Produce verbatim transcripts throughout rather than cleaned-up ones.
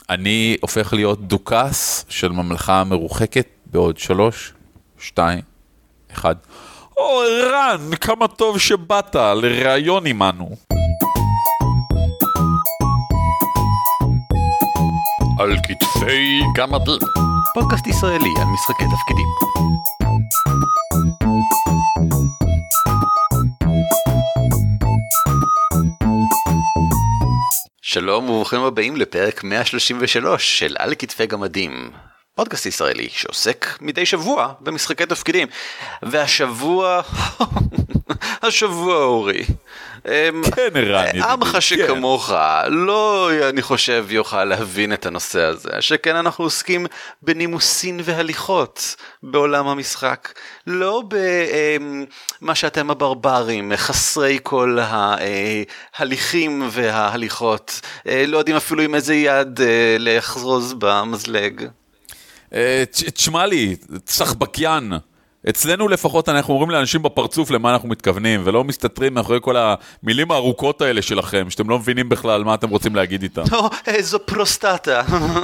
אני הופך להיות דוכס של ממלכה מרוחקת בעוד שלוש, שתיים, אחד. או, רן, כמה טוב שבאת לראיון עמנו. על כתפי גמדים, פודקאסט ישראלי על משחקי תפקידים. שלום וברוכים הבאים לפרק מאה שלושים ושלוש של על כתפי גמדים, פודקאסט ישראלי שעוסק מדי שבוע במשחקי תפקידים. והשבוע, השבוע אורי, כן ערן, עמך שכמוך לא, אני חושב, יוכל להבין את הנושא הזה, שכן אנחנו עוסקים בנימוסין והליכות בעולם המשחק, לא במה שאתם הברברים, חסרי כל ההליכים וההליכות, לא יודעים אפילו עם איזה יד לחזוז במזלג. תשמע לי, צחבקיין, אצלנו לפחות אנחנו אומרים לאנשים בפרצוף למה אנחנו מתכוונים, ולא מסתתרים מאחורי כל המילים הארוכות האלה שלכם, שאתם לא מבינים בכלל מה אתם רוצים להגיד איתם. לא, איזו פרוסטטה.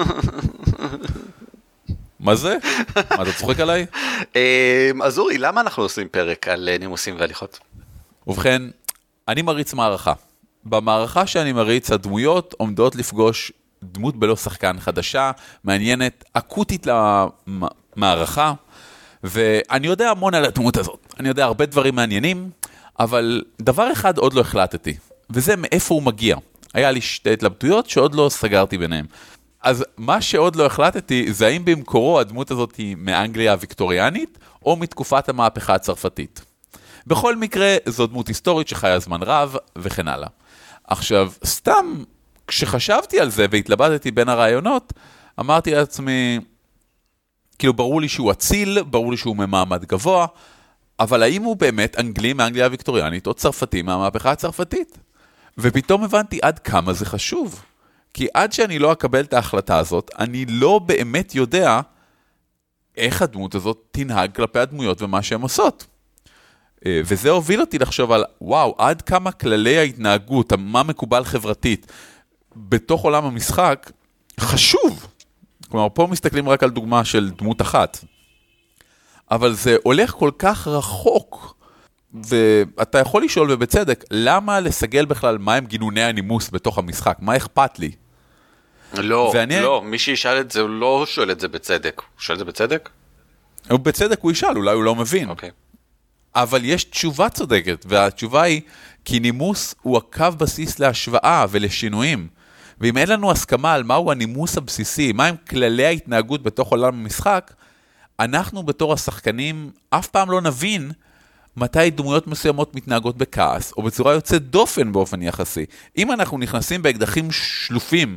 מה זה? מה, אתה צוחק עליי? אז אורי, למה אנחנו עושים פרק על נימוסים והליכות? ובכן, אני מריץ מערכה. במערכה שאני מריץ, הדמויות עומדות לפגוש דמות בלא שחקן חדשה, מעניינת, אקוטית למערכה, ואני יודע המון על הדמות הזאת. אני יודע הרבה דברים מעניינים, אבל דבר אחד עוד לא החלטתי, וזה מאיפה הוא מגיע. היה לי שתי התלבטויות שעוד לא סגרתי ביניהם. אז מה שעוד לא החלטתי, זה האם במקורו הדמות הזאת היא מאנגליה הוויקטוריאנית, או מתקופת המהפכה הצרפתית. בכל מקרה, זו דמות היסטורית שחיה זמן רב, וכן הלאה. עכשיו, סתם, כשחשבתי על זה והתלבטתי בין הרעיונות, אמרתי לעצמי, כאילו ברור לי שהוא אציל, ברור לי שהוא ממעמד גבוה, אבל האם הוא באמת אנגלי מאנגליה הוויקטוריאנית או צרפתי מהמהפכה הצרפתית? ופתאום הבנתי עד כמה זה חשוב. כי עד שאני לא אקבל את ההחלטה הזאת, אני לא באמת יודע איך הדמות הזאת תנהג כלפי הדמויות ומה שהן עושות. וזה הוביל אותי לחשוב על, וואו, עד כמה כללי ההתנהגות, מה מקובל חברתית, בתוך עולם המשחק, חשוב. כלומר, פה מסתכלים רק על דוגמה של דמות אחת. אבל זה הולך כל כך רחוק, ואתה יכול לשאול ובצדק, למה לסגל בכלל מהם גינוני הנימוס בתוך המשחק? מה אכפת לי? לא, ואני... לא, מי שישאל את זה, הוא לא שואל את זה בצדק. הוא שואל את זה בצדק? הוא בצדק הוא ישאל, אולי הוא לא מבין. אוקיי. אבל יש תשובה צודקת, והתשובה היא, כי נימוס הוא הקו בסיס להשוואה ולשינויים. ואם אין לנו הסכמה על מהו הנימוס הבסיסי, מהם כללי ההתנהגות בתוך עולם המשחק, אנחנו בתור השחקנים אף פעם לא נבין מתי דמויות מסוימות מתנהגות בכעס, או בצורה יוצאת דופן באופן יחסי. אם אנחנו נכנסים באקדחים שלופים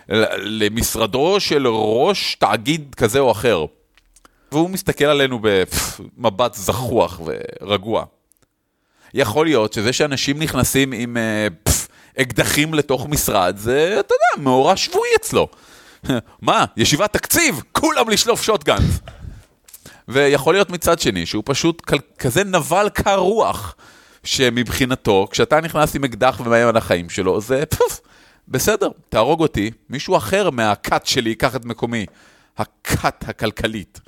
למשרדו של ראש תאגיד כזה או אחר, והוא מסתכל עלינו במבט זחוח ורגוע, יכול להיות שזה שאנשים נכנסים עם פף, אקדחים לתוך משרד, זה, אתה יודע, מאורע שבועי אצלו. מה? ישיבת תקציב? כולם לשלוף שוטגאנס. ויכול להיות מצד שני, שהוא פשוט כזה נבל קר רוח, שמבחינתו, כשאתה נכנס עם אקדח ומאיים על החיים שלו, זה פוף, בסדר, תהרוג אותי, מישהו אחר מהקאט שלי ייקח את מקומי, הקאט הכלכלית.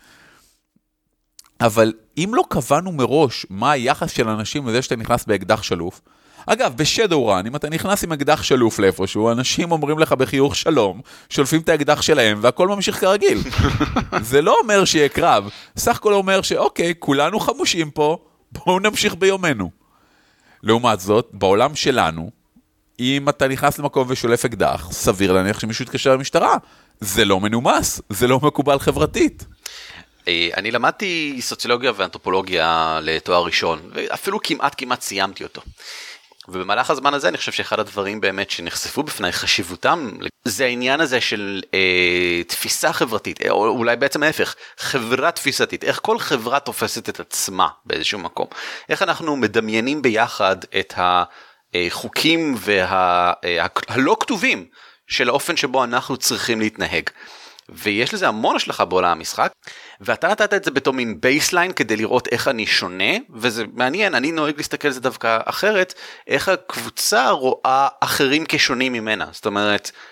אבל אם לא קבענו מראש מה היחס של אנשים לזה שאתה נכנס באקדח שלוף, אגב, בשדורן, אם אתה נכנס עם אקדח שלוף לאיפשהו, אנשים אומרים לך בחיוך שלום, שולפים את האקדח שלהם, והכל ממשיך כרגיל. זה לא אומר שיהיה קרב, סך הכל אומר שאוקיי, כולנו חמושים פה, בואו נמשיך ביומנו. לעומת זאת, בעולם שלנו, אם אתה נכנס למקום ושולף אקדח, סביר להניח שמישהו יתקשר למשטרה. זה לא מנומס, זה לא מקובל חברתית. אני למדתי סוציולוגיה ואנתרופולוגיה לתואר ראשון, ואפילו כמעט כמעט סיימתי אותו. ובמהלך הזמן הזה אני חושב שאחד הדברים באמת שנחשפו בפני חשיבותם, זה העניין הזה של אה, תפיסה חברתית, או אולי בעצם ההפך, חברה תפיסתית, איך כל חברה תופסת את עצמה באיזשהו מקום. איך אנחנו מדמיינים ביחד את החוקים והלא כתובים של האופן שבו אנחנו צריכים להתנהג. ויש לזה המון השלכה בעולם המשחק, ואתה נתת את זה בתור מין בייסליין כדי לראות איך אני שונה, וזה מעניין, אני נוהג להסתכל על זה דווקא אחרת, איך הקבוצה רואה אחרים כשונים ממנה, זאת אומרת,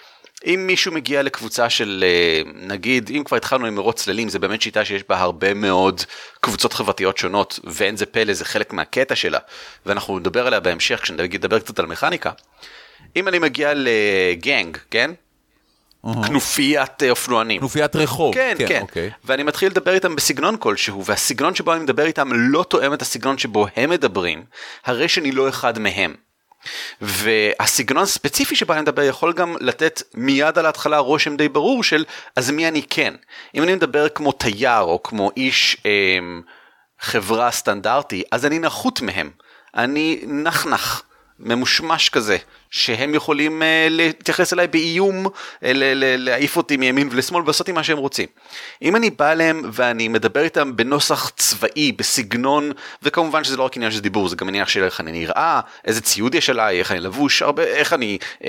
אם מישהו מגיע לקבוצה של, נגיד, אם כבר התחלנו עם מרוץ צללים, זה באמת שיטה שיש בה הרבה מאוד קבוצות חברתיות שונות, ואין זה פלא, זה חלק מהקטע שלה, ואנחנו נדבר עליה בהמשך, כשנדבר קצת על מכניקה. אם אני מגיע לגנג, כן? כנופיית אופנוענים. כנופיית רחוב. כן, כן. כן. ואני מתחיל לדבר איתם בסגנון כלשהו, והסגנון שבו אני מדבר איתם לא תואם את הסגנון שבו הם מדברים, הרי שאני לא אחד מהם. והסגנון הספציפי שבו אני מדבר יכול גם לתת מיד על ההתחלה רושם די ברור של אז מי אני כן. אם אני מדבר כמו תייר או כמו איש אה, חברה סטנדרטי, אז אני נחות מהם. אני נחנך. ממושמש כזה, שהם יכולים uh, להתייחס אליי באיום, להעיף אותי מימין ולשמאל ולעשות עם מה שהם רוצים. אם אני בא אליהם ואני מדבר איתם בנוסח צבאי, בסגנון, וכמובן שזה לא רק עניין של דיבור, זה גם עניין של איך אני נראה, איזה ציוד יש עליי, איך אני לבוש, הרבה, איך אני um,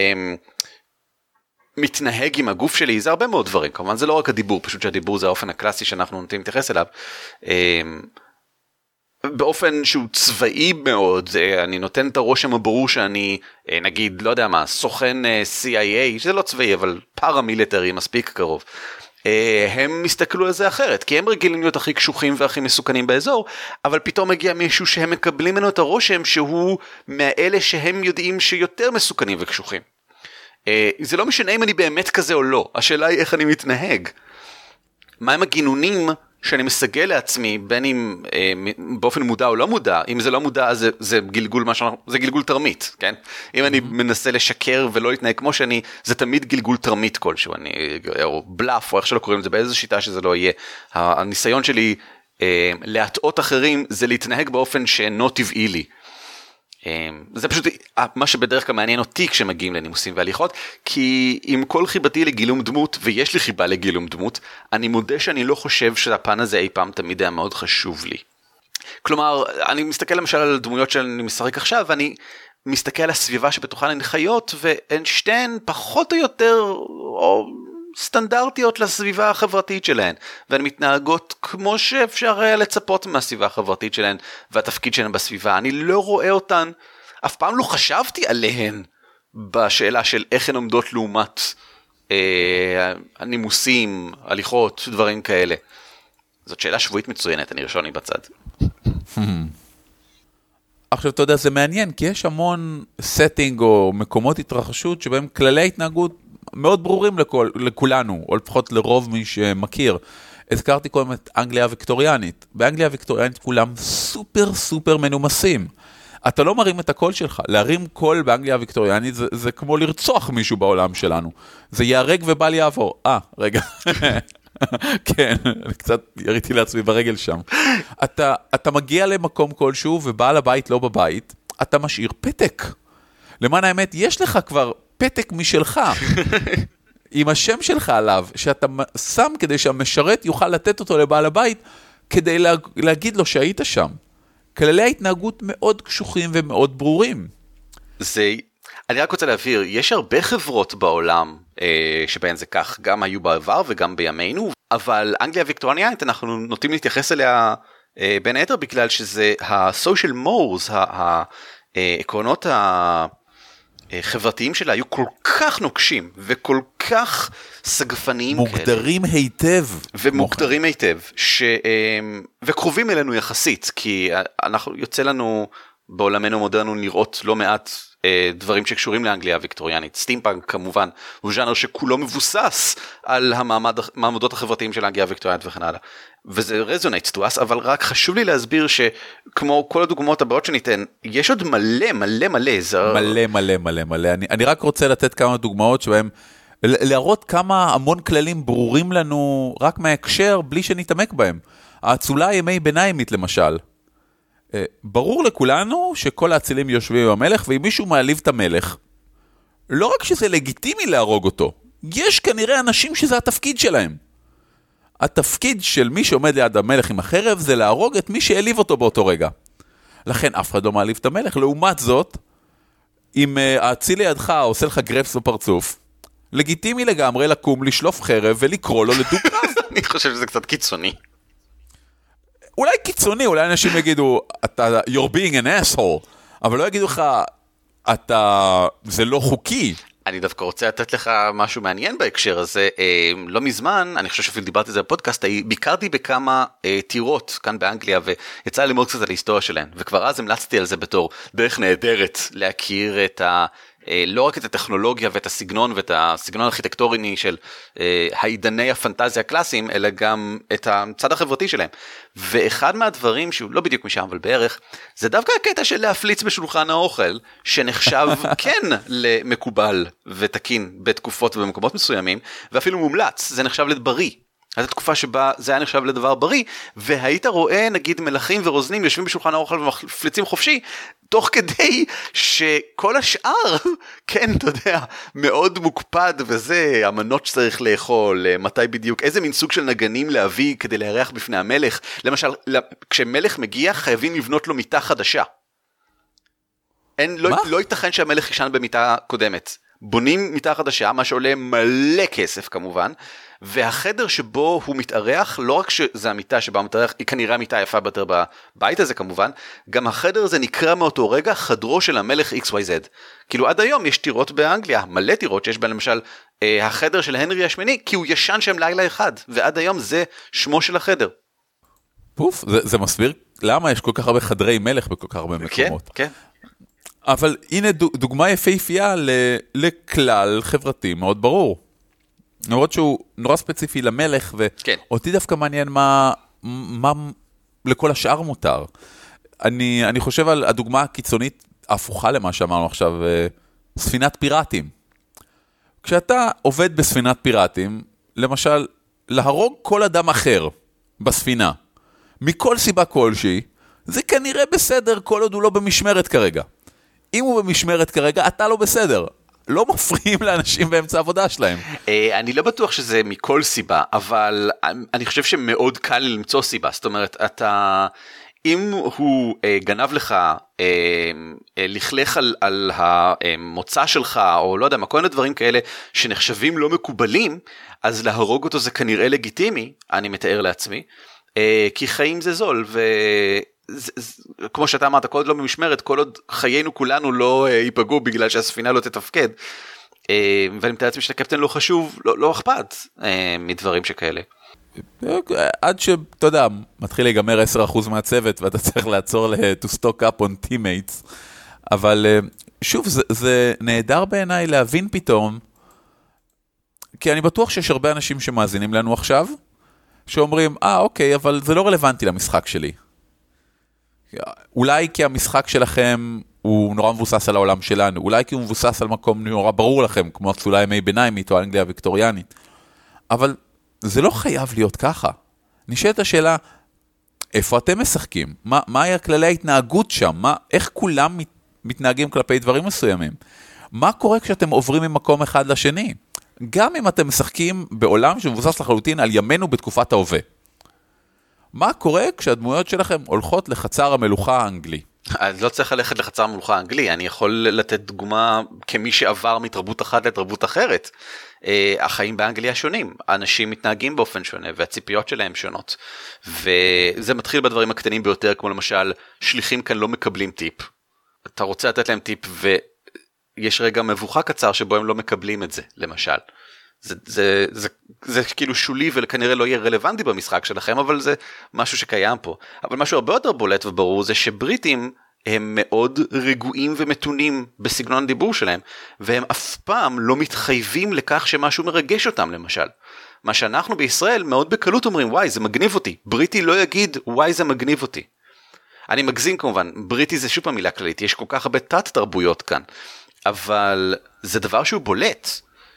מתנהג עם הגוף שלי, זה הרבה מאוד דברים, כמובן זה לא רק הדיבור, פשוט שהדיבור זה האופן הקלאסי שאנחנו נוטים להתייחס אליו, um, באופן שהוא צבאי מאוד, אני נותן את הרושם הברור שאני, נגיד, לא יודע מה, סוכן סי איי איי, שזה לא צבאי, אבל פארה-מיליטרי מספיק קרוב. הם מסתכלו על זה אחרת, כי הם רגילים להיות הכי קשוחים והכי מסוכנים באזור, אבל פתאום מגיע מישהו שהם מקבלים ממנו את הרושם שהוא מאלה שהם יודעים שיותר מסוכנים וקשוחים. זה לא משנה אם אני באמת כזה או לא, השאלה היא איך אני מתנהג. מהם הגינונים שאני מסגל לעצמי, בין אם אה, באופן מודע או לא מודע, אם זה לא מודע, אז זה, זה גלגול משהו, זה גלגול תרמית, כן? אם אני מנסה לשקר ולא להתנהג כמו שאני, זה תמיד גלגול תרמית כלשהו, אני, או בלף, או איך שלא קוראים את זה, באיזו שיטה שזה לא יהיה. הניסיון שלי אה, להטעות אחרים, זה להתנהג באופן שאינו טבעי לי. זה פשוט מה שבדרך כלל מעניין אותי כשמגיעים לנימוסים והליכות, כי עם כל חיבתי לגילום דמות, ויש לי חיבה לגילום דמות, אני מודה שאני לא חושב שהפן הזה אי פעם תמיד היה מאוד חשוב לי. כלומר, אני מסתכל למשל על דמויות שאני משחק עכשיו, ואני מסתכל על הסביבה שבתוכן הן חיות, והן שתיהן פחות או יותר או סטנדרטיות לסביבה החברתית שלהן, והן מתנהגות כמו שאפשר היה לצפות מהסביבה החברתית שלהן, והתפקיד שלהן בסביבה. אני לא רואה אותן, אף פעם לא חשבתי עליהן, בשאלה של איך הן עומדות לעומת אה, הנימוסים, הליכות, דברים כאלה. זאת שאלה שבועית מצוינת, אני ראשוני בצד. עכשיו אתה יודע, זה מעניין, כי יש המון סטינג או מקומות התרחשות, שבהם כללי ההתנהגות מאוד ברורים לכל, לכולנו, או לפחות לרוב מי שמכיר. הזכרתי קודם את אנגליה הוויקטוריאנית. באנגליה הוויקטוריאנית כולם סופר סופר מנומסים. אתה לא מרים את הקול שלך. להרים קול באנגליה הוויקטוריאנית זה, זה כמו לרצוח מישהו בעולם שלנו. זה יהרג ובל יעבור. אה, רגע. כן, אני קצת יריתי לעצמי ברגל שם. אתה, אתה מגיע למקום כלשהו ובעל הבית לא בבית, אתה משאיר פתק. למען האמת, יש לך כבר פתק משלך, עם השם שלך עליו, שאתה שם כדי שהמשרת יוכל לתת אותו לבעל הבית, כדי לה, להגיד לו שהיית שם. כללי ההתנהגות מאוד קשוחים ומאוד ברורים. זה, אני רק רוצה להבהיר, יש הרבה חברות בעולם אה, שבהן זה כך, גם היו בעבר וגם בימינו, אבל אנגליה הוויקטוריאנית אנחנו נוטים להתייחס אליה אה, בין היתר, בגלל שזה ה-social mores, העקרונות ה... חברתיים שלה היו כל כך נוקשים וכל כך סגפניים מוגדרים כאלה. היטב ומוגדרים מוכן. היטב ש... וקרובים אלינו יחסית, כי אנחנו יוצא לנו בעולמנו מודרנו לראות לא מעט דברים שקשורים לאנגליה הוויקטוריאנית. סטימפאנק כמובן הוא ז'אנר שכולו מבוסס על המעמדות החברתיים של האנגליה הוויקטוריאנית וכן הלאה, וזה resonates to us, אבל רק חשוב לי להסביר שכמו כל הדוגמאות הבאות שניתן, יש עוד מלא מלא מלא זה... מלא מלא מלא מלא אני, אני רק רוצה לתת כמה דוגמאות שבהם להראות כמה המון כללים ברורים לנו רק מההקשר בלי שנתעמק בהם. האצולה ימי ביניימית למשל, ברור לכולנו שכל האצילים יושבים במלך, ואם מישהו מעליב את המלך, לא רק שזה לגיטימי להרוג אותו, יש כנראה אנשים שזה התפקיד שלהם. התפקיד של מי שעומד ליד המלך עם החרב, זה להרוג את מי שהעליב אותו באותו רגע. לכן אף אחד לא מעליב את המלך. לעומת זאת, אם האציל לידך עושה לך גרפס בפרצוף, לגיטימי לגמרי לקום, לשלוף חרב ולקרוא לו לדו-קרב. אני חושב שזה קצת קיצוני. אולי קיצוני, אולי אנשים יגידו, אתה, you're being an asshole, אבל לא יגידו לך, אתה, זה לא חוקי. אני דווקא רוצה לתת לך משהו מעניין בהקשר הזה. לא מזמן, אני חושב שאפילו דיברתי על זה בפודקאסט, ביקרתי בכמה טירות כאן באנגליה, ויצא לי ללמוד קצת על ההיסטוריה שלהן, וכבר אז המלצתי על זה בתור דרך נהדרת להכיר את ה... לא רק את הטכנולוגיה ואת הסגנון ואת הסגנון הארכיטקטורי של העידני הפנטזיה הקלאסיים, אלא גם את הצד החברתי שלהם. ואחד מהדברים שהוא לא בדיוק משם, אבל בערך, זה דווקא הקטע של להפליץ בשולחן האוכל, שנחשב כן למקובל ותקין בתקופות ובמקומות מסוימים, ואפילו מומלץ, זה נחשב לבריא. הייתה תקופה שבה זה היה נחשב לדבר בריא, והיית רואה נגיד מלכים ורוזנים יושבים בשולחן האוכל ומפליצים חופשי, תוך כדי שכל השאר, כן, אתה יודע, מאוד מוקפד, וזה המנות שצריך לאכול, מתי בדיוק, איזה מין סוג של נגנים להביא כדי להירח בפני המלך. למשל, כשמלך מגיע חייבים לבנות לו מיטה חדשה. אין, לא, לא ייתכן שהמלך ישן במיטה קודמת. בונים מיטה חדשה, מה שעולה מלא כסף כמובן, והחדר שבו הוא מתארח, לא רק שזה המיטה שבה הוא מתארח, היא כנראה המיטה היפה ביותר בבית הזה כמובן, גם החדר הזה נקרא מאותו רגע חדרו של המלך אקס וואי זד. כאילו עד היום יש טירות באנגליה, מלא טירות שיש בה למשל אה, החדר של הנרי השמיני, כי הוא ישן שם לילה אחד, ועד היום זה שמו של החדר. פוף, זה, זה מסביר למה יש כל כך הרבה חדרי מלך בכל כך הרבה מקומות. כן, כן. אבל הנה דוגמה יפהפייה לכלל חברתי מאוד ברור. למרות שהוא נורא ספציפי למלך, ואותי דווקא מעניין מה, מה לכל השאר מותר. אני, אני חושב על הדוגמה הקיצונית ההפוכה למה שאמרנו עכשיו, ספינת פיראטים. כשאתה עובד בספינת פיראטים, למשל, להרוג כל אדם אחר בספינה, מכל סיבה כלשהי, זה כנראה בסדר כל עוד הוא לא במשמרת כרגע. אם הוא במשמרת כרגע, אתה לא בסדר. לא מפריעים לאנשים באמצע העבודה שלהם. אני לא בטוח שזה מכל סיבה, אבל אני חושב שמאוד קל למצוא סיבה. זאת אומרת, אתה, אם הוא גנב לך, לכלך על, על המוצא שלך, או לא יודע, כל מיני דברים כאלה שנחשבים לא מקובלים, אז להרוג אותו זה כנראה לגיטימי, אני מתאר לעצמי, כי חיים זה זול, ו... זה, זה, כמו שאתה אמרת, כל עוד לא במשמרת, כל עוד חיינו כולנו לא ייפגעו בגלל שהספינה לא תתפקד, ואני מתאר לעצמי שהקפטן לא חשוב, לא, לא אכפת מדברים שכאלה. עד שאתה יודע, מתחיל להיגמר עשרה אחוז מהצוות, ואתה צריך לעצור to stock up on teammates, אבל שוב, זה, זה נהדר בעיניי להבין פתאום, כי אני בטוח שיש הרבה אנשים שמאזינים לנו עכשיו, שאומרים, אה, אוקיי, אבל זה לא רלוונטי למשחק שלי. אולי כי המשחק שלכם הוא נורא מבוסס על העולם שלנו, אולי כי הוא מבוסס על מקום נורא ברור לכם, כמו אולי ימי ביניימית או האנגליה הוויקטוריאנית, אבל זה לא חייב להיות ככה. נשאלת השאלה, איפה אתם משחקים? מה, מה היה כללי ההתנהגות שם? מה, איך כולם מת, מתנהגים כלפי דברים מסוימים? מה קורה כשאתם עוברים ממקום אחד לשני? גם אם אתם משחקים בעולם שמבוסס לחלוטין על ימינו בתקופת ההווה. מה קורה כשהדמויות שלכם הולכות לחצר המלוכה האנגלי? אז לא צריך ללכת לחצר המלוכה האנגלי, אני יכול לתת דוגמה כמי שעבר מתרבות אחת לתרבות אחרת. החיים באנגליה שונים, אנשים מתנהגים באופן שונה, והציפיות שלהם שונות. וזה מתחיל בדברים הקטנים ביותר, כמו למשל, שליחים כאן לא מקבלים טיפ. אתה רוצה לתת להם טיפ, ויש רגע מבוכה קצר שבו הם לא מקבלים את זה, למשל. זה, זה, זה, זה כאילו שולי וכנראה לא יהיה רלוונטי במשחק שלכם, אבל זה משהו שקיים פה. אבל משהו הרבה יותר בולט וברור זה שבריטים הם מאוד רגועים ומתונים בסגנון הדיבור שלהם, והם אף פעם לא מתחייבים לכך שמשהו מרגש אותם למשל. מה שאנחנו בישראל מאוד בקלות אומרים, וואי זה מגניב אותי, בריטי לא יגיד וואי זה מגניב אותי. אני מגזים כמובן, בריטי זה שוב המילה כללית, יש כל כך הרבה תת תרבויות כאן, אבל זה דבר שהוא בולט.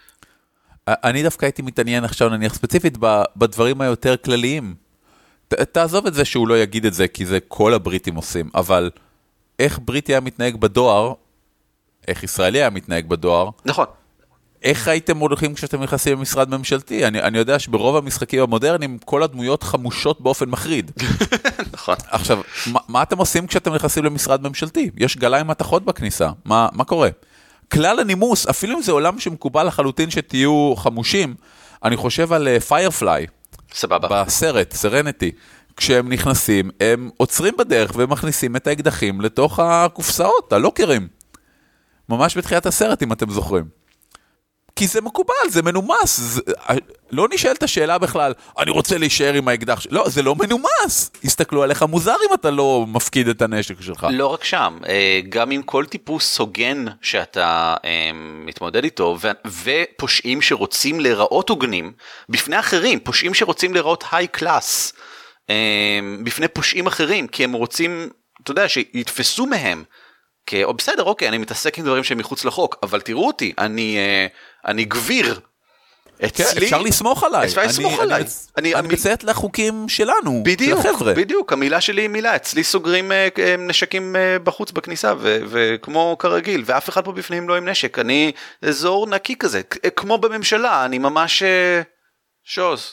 אני דווקא הייתי מתעניין עכשיו נניח ספציפית בדברים היותר כלליים. ת, תעזוב את זה שהוא לא יגיד את זה, כי זה כל הבריטים עושים, אבל איך בריטי היה מתנהג בדואר, איך ישראלי היה מתנהג בדואר, נכון. איך הייתם הולכים כשאתם נכנסים למשרד ממשלתי? אני, אני יודע שברוב המשחקים המודרניים כל הדמויות חמושות באופן מחריד. נכון. עכשיו, מה, מה אתם עושים כשאתם נכנסים למשרד ממשלתי? יש גליים מתחות בכניסה, מה, מה קורה? כלל הנימוס, אפילו אם זה עולם שמקובל לחלוטין שתהיו חמושים, אני חושב על פיירפליי. סבבה. בסרט, סרנטי. כשהם נכנסים, הם עוצרים בדרך ומכניסים את האקדחים לתוך הקופסאות, הלוקרים. ממש בתחילת הסרט, אם אתם זוכרים. כי זה מקובל, זה מנומס, זה, לא נשאלת השאלה בכלל, אני רוצה להישאר עם האקדח, לא, זה לא מנומס, הסתכלו עליך מוזר אם אתה לא מפקיד את הנשק שלך. לא רק שם, גם עם כל טיפוס הוגן שאתה מתמודד איתו, ופושעים שרוצים להיראות הוגנים, בפני אחרים, פושעים שרוצים להיראות היי קלאס, בפני פושעים אחרים, כי הם רוצים, אתה יודע, שיתפסו מהם, או בסדר, אוקיי, אני מתעסק עם דברים שהם מחוץ לחוק, אבל תראו אותי, אני, אני גביר. כן, אפשר לסמוך עליי. אפשר לסמוך עליי. אני מציית לחוקים שלנו, לחבר'ה. בדיוק, המילה שלי היא מילה. אצלי סוגרים נשקים בחוץ בכניסה, וכמו כרגיל, ואף אחד פה בפנים לא עם נשק. אני אזור נקי כזה, כמו בממשלה, אני ממש שוז.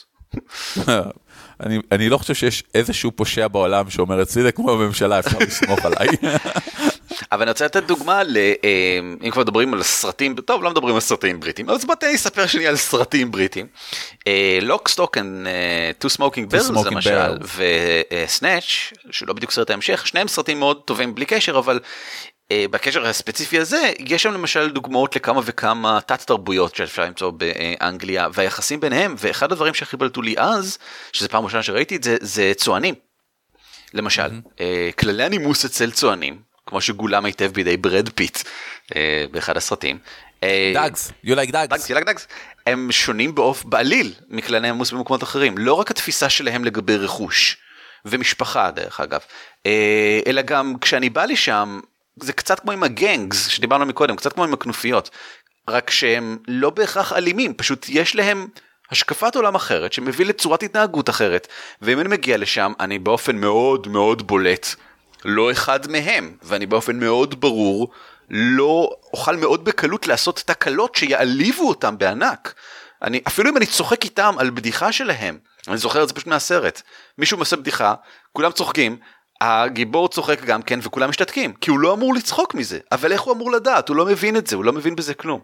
אני, אני לא חושב שיש איזשהו פושע בעולם שאומר אצלי זה כמו בממשלה, אפשר לסמוך עליי. אבל אני רוצה לתת דוגמה, אם כבר מדברים על סרטים, טוב, לא מדברים על סרטים בריטים, אז באתי אספר שני על סרטים בריטים. Lock, Stock and Two Smoking Barrels למשל, ו-Snatch, שלא בדיוק סרט ההמשך, שניהם סרטים מאוד טובים בלי קשר, אבל בקשר הספציפי הזה, יש שם למשל דוגמאות לכמה וכמה תת תרבויות שאפשר למצוא באנגליה, והיחסים ביניהם, ואחד הדברים שהכי בלטו לי אז, שזה פעם ראשונה שראיתי את זה, זה צוענים. למשל, כללי הנימוס אצל צוענים, כמו שגולם היטב בידי ברד פיט באחד הסרטים. דאגס, you like dogs. דאגס, you like dogs. הם שונים באוף בעליל מכללי הנימוס במקומות אחרים. לא רק התפיסה שלהם לגבי רכוש ומשפחה דרך אגב, אלא גם כשאני בא לשם, זה קצת כמו עם הגנגס שדיברנו מקודם, קצת כמו עם הכנופיות, רק שהם לא בהכרח אלימים, פשוט יש להם השקפת עולם אחרת שמביא לצורת התנהגות אחרת, ואם אני מגיע לשם, אני באופן מאוד מאוד בולט, לא אחד מהם, ואני באופן מאוד ברור, לא אוכל מאוד בקלות לעשות תקלות שיעליבו אותם בענק. אני, אפילו אם אני צוחק איתם על בדיחה שלהם, אני זוכר את זה פשוט מהסרט, מישהו עושה בדיחה, כולם צוחקים, הגיבור צוחק גם כן, וכולם משתתקים, כי הוא לא אמור לצחוק מזה, אבל איך הוא אמור לדעת? הוא לא מבין את זה, הוא לא מבין בזה כלום.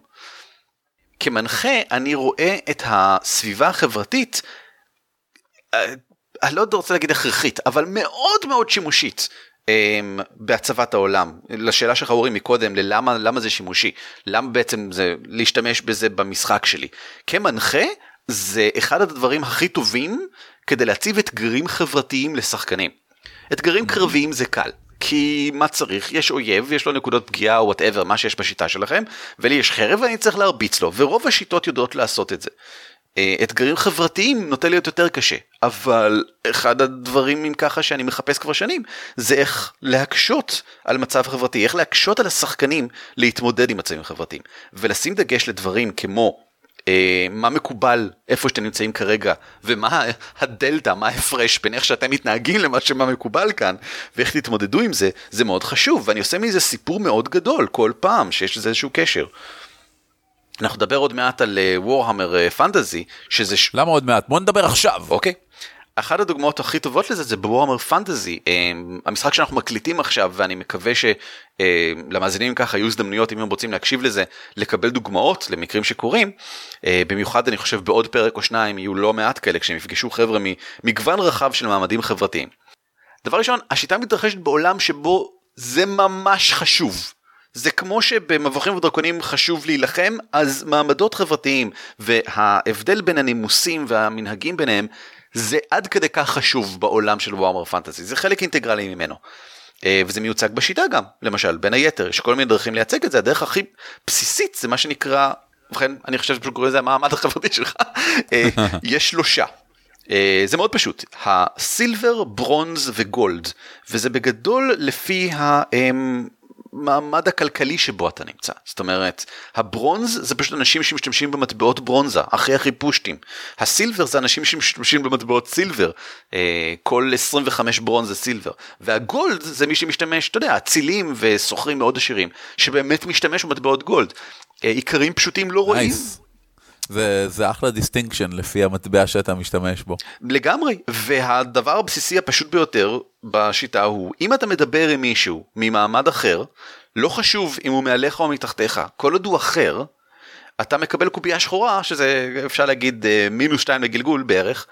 כמנחה, אני רואה את הסביבה החברתית, אני לא רוצה להגיד הכרחית, אבל מאוד מאוד שימושית, בהצבת העולם. לשאלה שלך אורי מקודם, ללמה, למה זה שימושי? למה בעצם זה להשתמש בזה במשחק שלי? כמנחה, זה אחד הדברים הכי טובים, כדי להציב אתגרים חברתיים לשחקנים. אתגרים קרביים זה קל, כי מה צריך? יש אויב, יש לו נקודות פגיעה או whatever, מה שיש בשיטה שלכם, ולי יש חרב ואני צריך להרביץ לו, ורוב השיטות יודעות לעשות את זה. אתגרים חברתיים נוטה להיות יותר קשה, אבל אחד הדברים אם ככה שאני מחפש כבר שנים, זה איך להקשות על מצב חברתי, איך להקשות על השחקנים להתמודד עם מצבים חברתיים, ולשים דגש לדברים כמו אה, מה מקובל איפה שאתם נמצאים כרגע, ומה הדלטה, מה ההפרש בין איך שאתם מתנהגים למה שמה מקובל כאן, ואיך תתמודדו עם זה, זה מאוד חשוב, ואני עושה מזה סיפור מאוד גדול כל פעם שיש לזה איזשהו קשר. אנחנו נדבר עוד מעט על וורהמר פנטזי, שזה... למה עוד מעט? בוא נדבר עכשיו. אוקיי. אחת הדוגמאות הכי טובות לזה זה בוורהמר פנטזי, המשחק שאנחנו מקליטים עכשיו, ואני מקווה שלמאזינים ככה יהיו הזדמנויות, אם הם רוצים להקשיב לזה, לקבל דוגמאות למקרים שקורים, במיוחד אני חושב בעוד פרק או שניים יהיו לא מעט כאלה, כשהם יפגשו חבר'ה ממגוון רחב של מעמדים חברתיים. דבר ראשון, השיטה מתרחשת בעולם שבו זה ממש חשוב. זה כמו שבמבוכים ודרקונים חשוב להילחם, אז מעמדות חברתיים וההבדל בין הנימוסים והמנהגים ביניהם, זה עד כדי כך חשוב בעולם של וורהמר פנטזי, זה חלק אינטגרלי ממנו. וזה מיוצג בשיטה גם, למשל, בין היתר, יש כל מיני דרכים לייצג את זה, הדרך הכי בסיסית זה מה שנקרא, ובכן, אני חושב שפשוט קורא לזה המעמד החברתי שלך, יש שלושה. זה מאוד פשוט, הסילבר, ברונז וגולד, וזה בגדול לפי ה... מעמד הכלכלי שבו אתה נמצא. זאת אומרת, הברונז זה פשוט אנשים שמשתמשים במטבעות ברונזה, הכי הכי פושטים. הסילבר זה אנשים שמשתמשים במטבעות סילבר, כל עשרים וחמש ברונז זה סילבר. והגולד זה מי שמשתמש, אתה יודע, אצילים וסוחרים מאוד עשירים, שבאמת משתמש במטבעות גולד. עיקרים פשוטים לא רואים. Nice. זה, זה אחלה דיסטינקשן לפי המטבע שאתה משתמש בו. לגמרי, והדבר הבסיסי הפשוט ביותר בשיטה הוא, אם אתה מדבר עם מישהו ממעמד אחר, לא חשוב אם הוא מעליך או מתחתיך, כל עוד הוא אחר, אתה מקבל קובייה שחורה, שזה אפשר להגיד מינוס שתיים לגלגול בערך,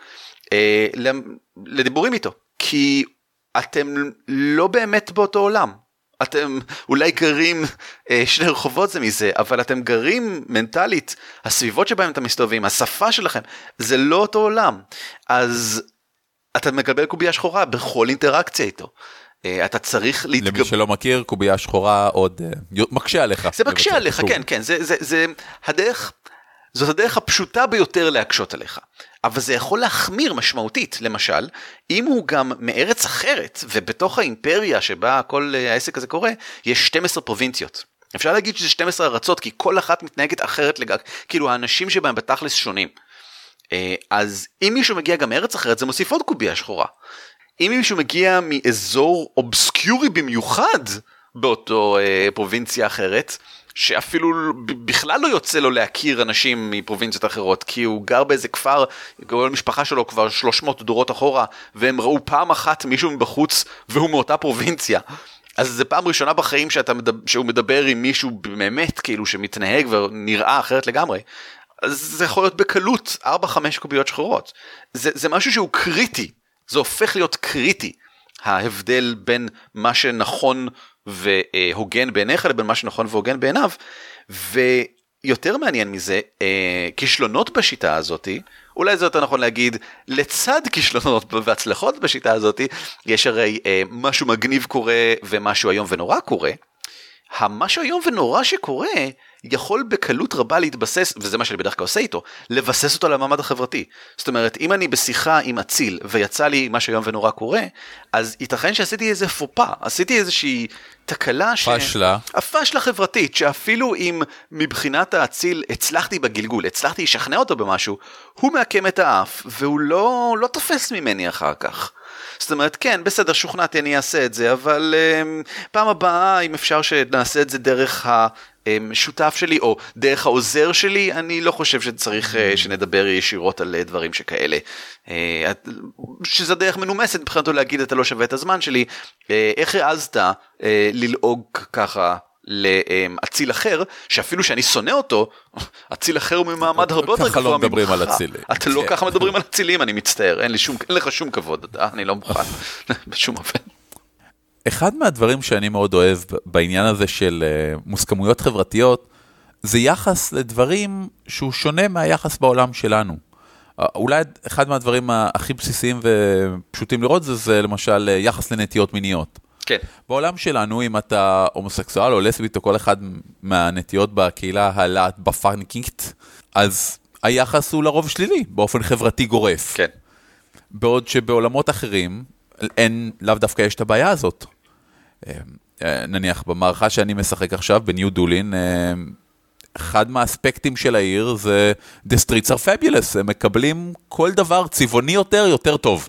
לדיבורים איתו, כי אתם לא באמת באותו עולם. אתם אולי גרים אה, שני רחובות זה מזה, אבל אתם גרים מנטלית, הסביבות שבהם אתם מסתובבים, השפה שלכם, זה לא אותו עולם. אז אתה מקבל קובייה שחורה בכל אינטראקציה איתו. אה, אתה צריך להתגבר... למי שלא מכיר, קובייה שחורה עוד אה, מקשה עליך. זה מקשה עליך, חשוב. כן, כן, זה, זה, זה הדרך... זאת הדרך הפשוטה ביותר להקשות עליך, אבל זה יכול להחמיר משמעותית, למשל, אם הוא גם מארץ אחרת, ובתוך האימפריה שבה כל העסק הזה קורה, יש שתים עשרה פרובינציות. אפשר להגיד שזה שתים עשרה ארצות, כי כל אחת מתנהגת אחרת לגג, כאילו האנשים שבהם בתכלס שונים. אז אם מישהו מגיע גם מארץ אחרת, זה מוסיף עוד קובייה שחורה. אם מישהו מגיע מאזור אובסקיורי במיוחד, באותו פרובינציה אחרת, שאפילו בכלל לא יוצא לו להכיר אנשים מפרובינציות אחרות, כי הוא גר באיזה כפר, כל המשפחה שלו כבר שלוש מאות דורות אחורה, והם ראו פעם אחת מישהו מבחוץ, והוא מאותה פרובינציה. אז זה פעם ראשונה בחיים שאתה מדבר, שהוא מדבר עם מישהו באמת, כאילו שמתנהג ונראה אחרת לגמרי. אז זה יכול להיות בקלות, ארבע חמש קוביות שחורות. זה, זה משהו שהוא קריטי, זה הופך להיות קריטי, ההבדל בין מה שנכון והוגן בעיניך לבין מה שנכון והוגן בעיניו, ויותר מעניין מזה, כישלונות בשיטה הזאת, אולי זה יותר נכון להגיד, לצד כישלונות והצלחות בשיטה הזאת, יש הרי משהו מגניב קורה ומשהו היום ונורא קורה, המשהו היום ונורא שקורה, יכול בקלות רבה להתבסס, וזה מה שאני בדרך כלל עושה איתו, לבסס אותו למעמד החברתי. זאת אומרת, אם אני בשיחה עם אציל, ויצא לי מה שהיום ונורא קורה, אז ייתכן שעשיתי איזה פופה, עשיתי איזושהי תקלה, פשלה. ש... הפשלה חברתית, שאפילו אם מבחינת האציל הצלחתי בגלגול, הצלחתי לשכנע אותו במשהו, הוא מעקם את האף, והוא לא, לא תופס ממני אחר כך. זאת אומרת, כן, בסדר, שוכנעתי, אני אעשה את זה, אבל um, פעם הבאה, אם אפשר שנעשה את זה דרך השותף שלי, או דרך העוזר שלי, אני לא חושב שצריך uh, שנדבר ישירות על uh, דברים שכאלה. Uh, שזה דרך מנומסת, מבחינתו להגיד, אתה לא שווה את הזמן שלי. Uh, איך העזת uh, ללעוג ככה לאציל אחר, שאפילו שאני שונא אותו, אציל אחר הוא ממעמד הרבה יותר גבוה ממך. ככה לא מדברים על אצילים. אתה לא ככה מדברים על אצילים, אני מצטער, אין לך שום כבוד, אני לא מוכן, בשום אופן. אחד מהדברים שאני מאוד אוהב בעניין הזה של מוסכמויות חברתיות, זה יחס לדברים שהוא שונה מהיחס בעולם שלנו. אולי אחד מהדברים הכי בסיסיים ופשוטים לראות זה, זה למשל יחס לנטיות מיניות. כן. בעולם שלנו, אם אתה הומוסקסואל או לסבית או כל אחד מהנטיות בקהילה הלהט בפאנקית, אז היחס הוא לרוב שלילי, באופן חברתי גורף. כן. בעוד שבעולמות אחרים, אין, לאו דווקא יש את הבעיה הזאת. נניח, במערכה שאני משחק עכשיו, בניו דולין, אחד מהאספקטים של העיר זה The Streets are Fabulous, הם מקבלים כל דבר צבעוני יותר, יותר טוב.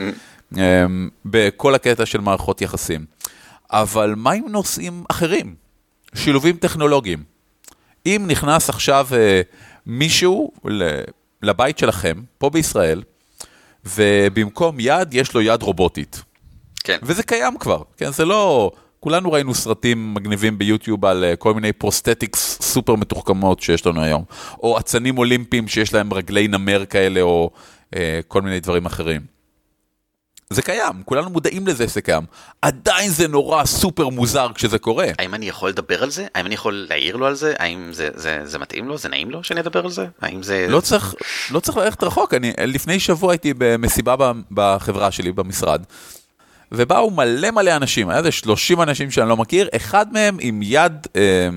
בכל הקטע של מערכות יחסים. אבל מה עם נושאים אחרים? שילובים טכנולוגיים. אם נכנס עכשיו מישהו לבית שלכם, פה בישראל, ובמקום יד יש לו יד רובוטית. כן. וזה קיים כבר. כן, זה לא... כולנו ראינו סרטים מגניבים ביוטיוב על כל מיני פרוסטטיקס סופר מתוחכמות שיש לנו היום. או עצנים אולימפיים שיש להם רגלי נמר כאלה, או כל מיני דברים אחרים. זה קיים, כולנו מודעים לזה שזה קיים. עדיין זה נורא סופר מוזר כשזה קורה. האם אני יכול לדבר על זה? האם אני יכול להעיר לו על זה? האם זה, זה, זה מתאים לו? זה נעים לו שאני אדבר על זה? האם זה... לא צריך, לא צריך ללכת רחוק. אני, לפני שבוע הייתי במסיבה בחברה שלי, במשרד, ובאו מלא מלא אנשים, היה זה שלושים אנשים שאני לא מכיר, אחד מהם עם יד, אה,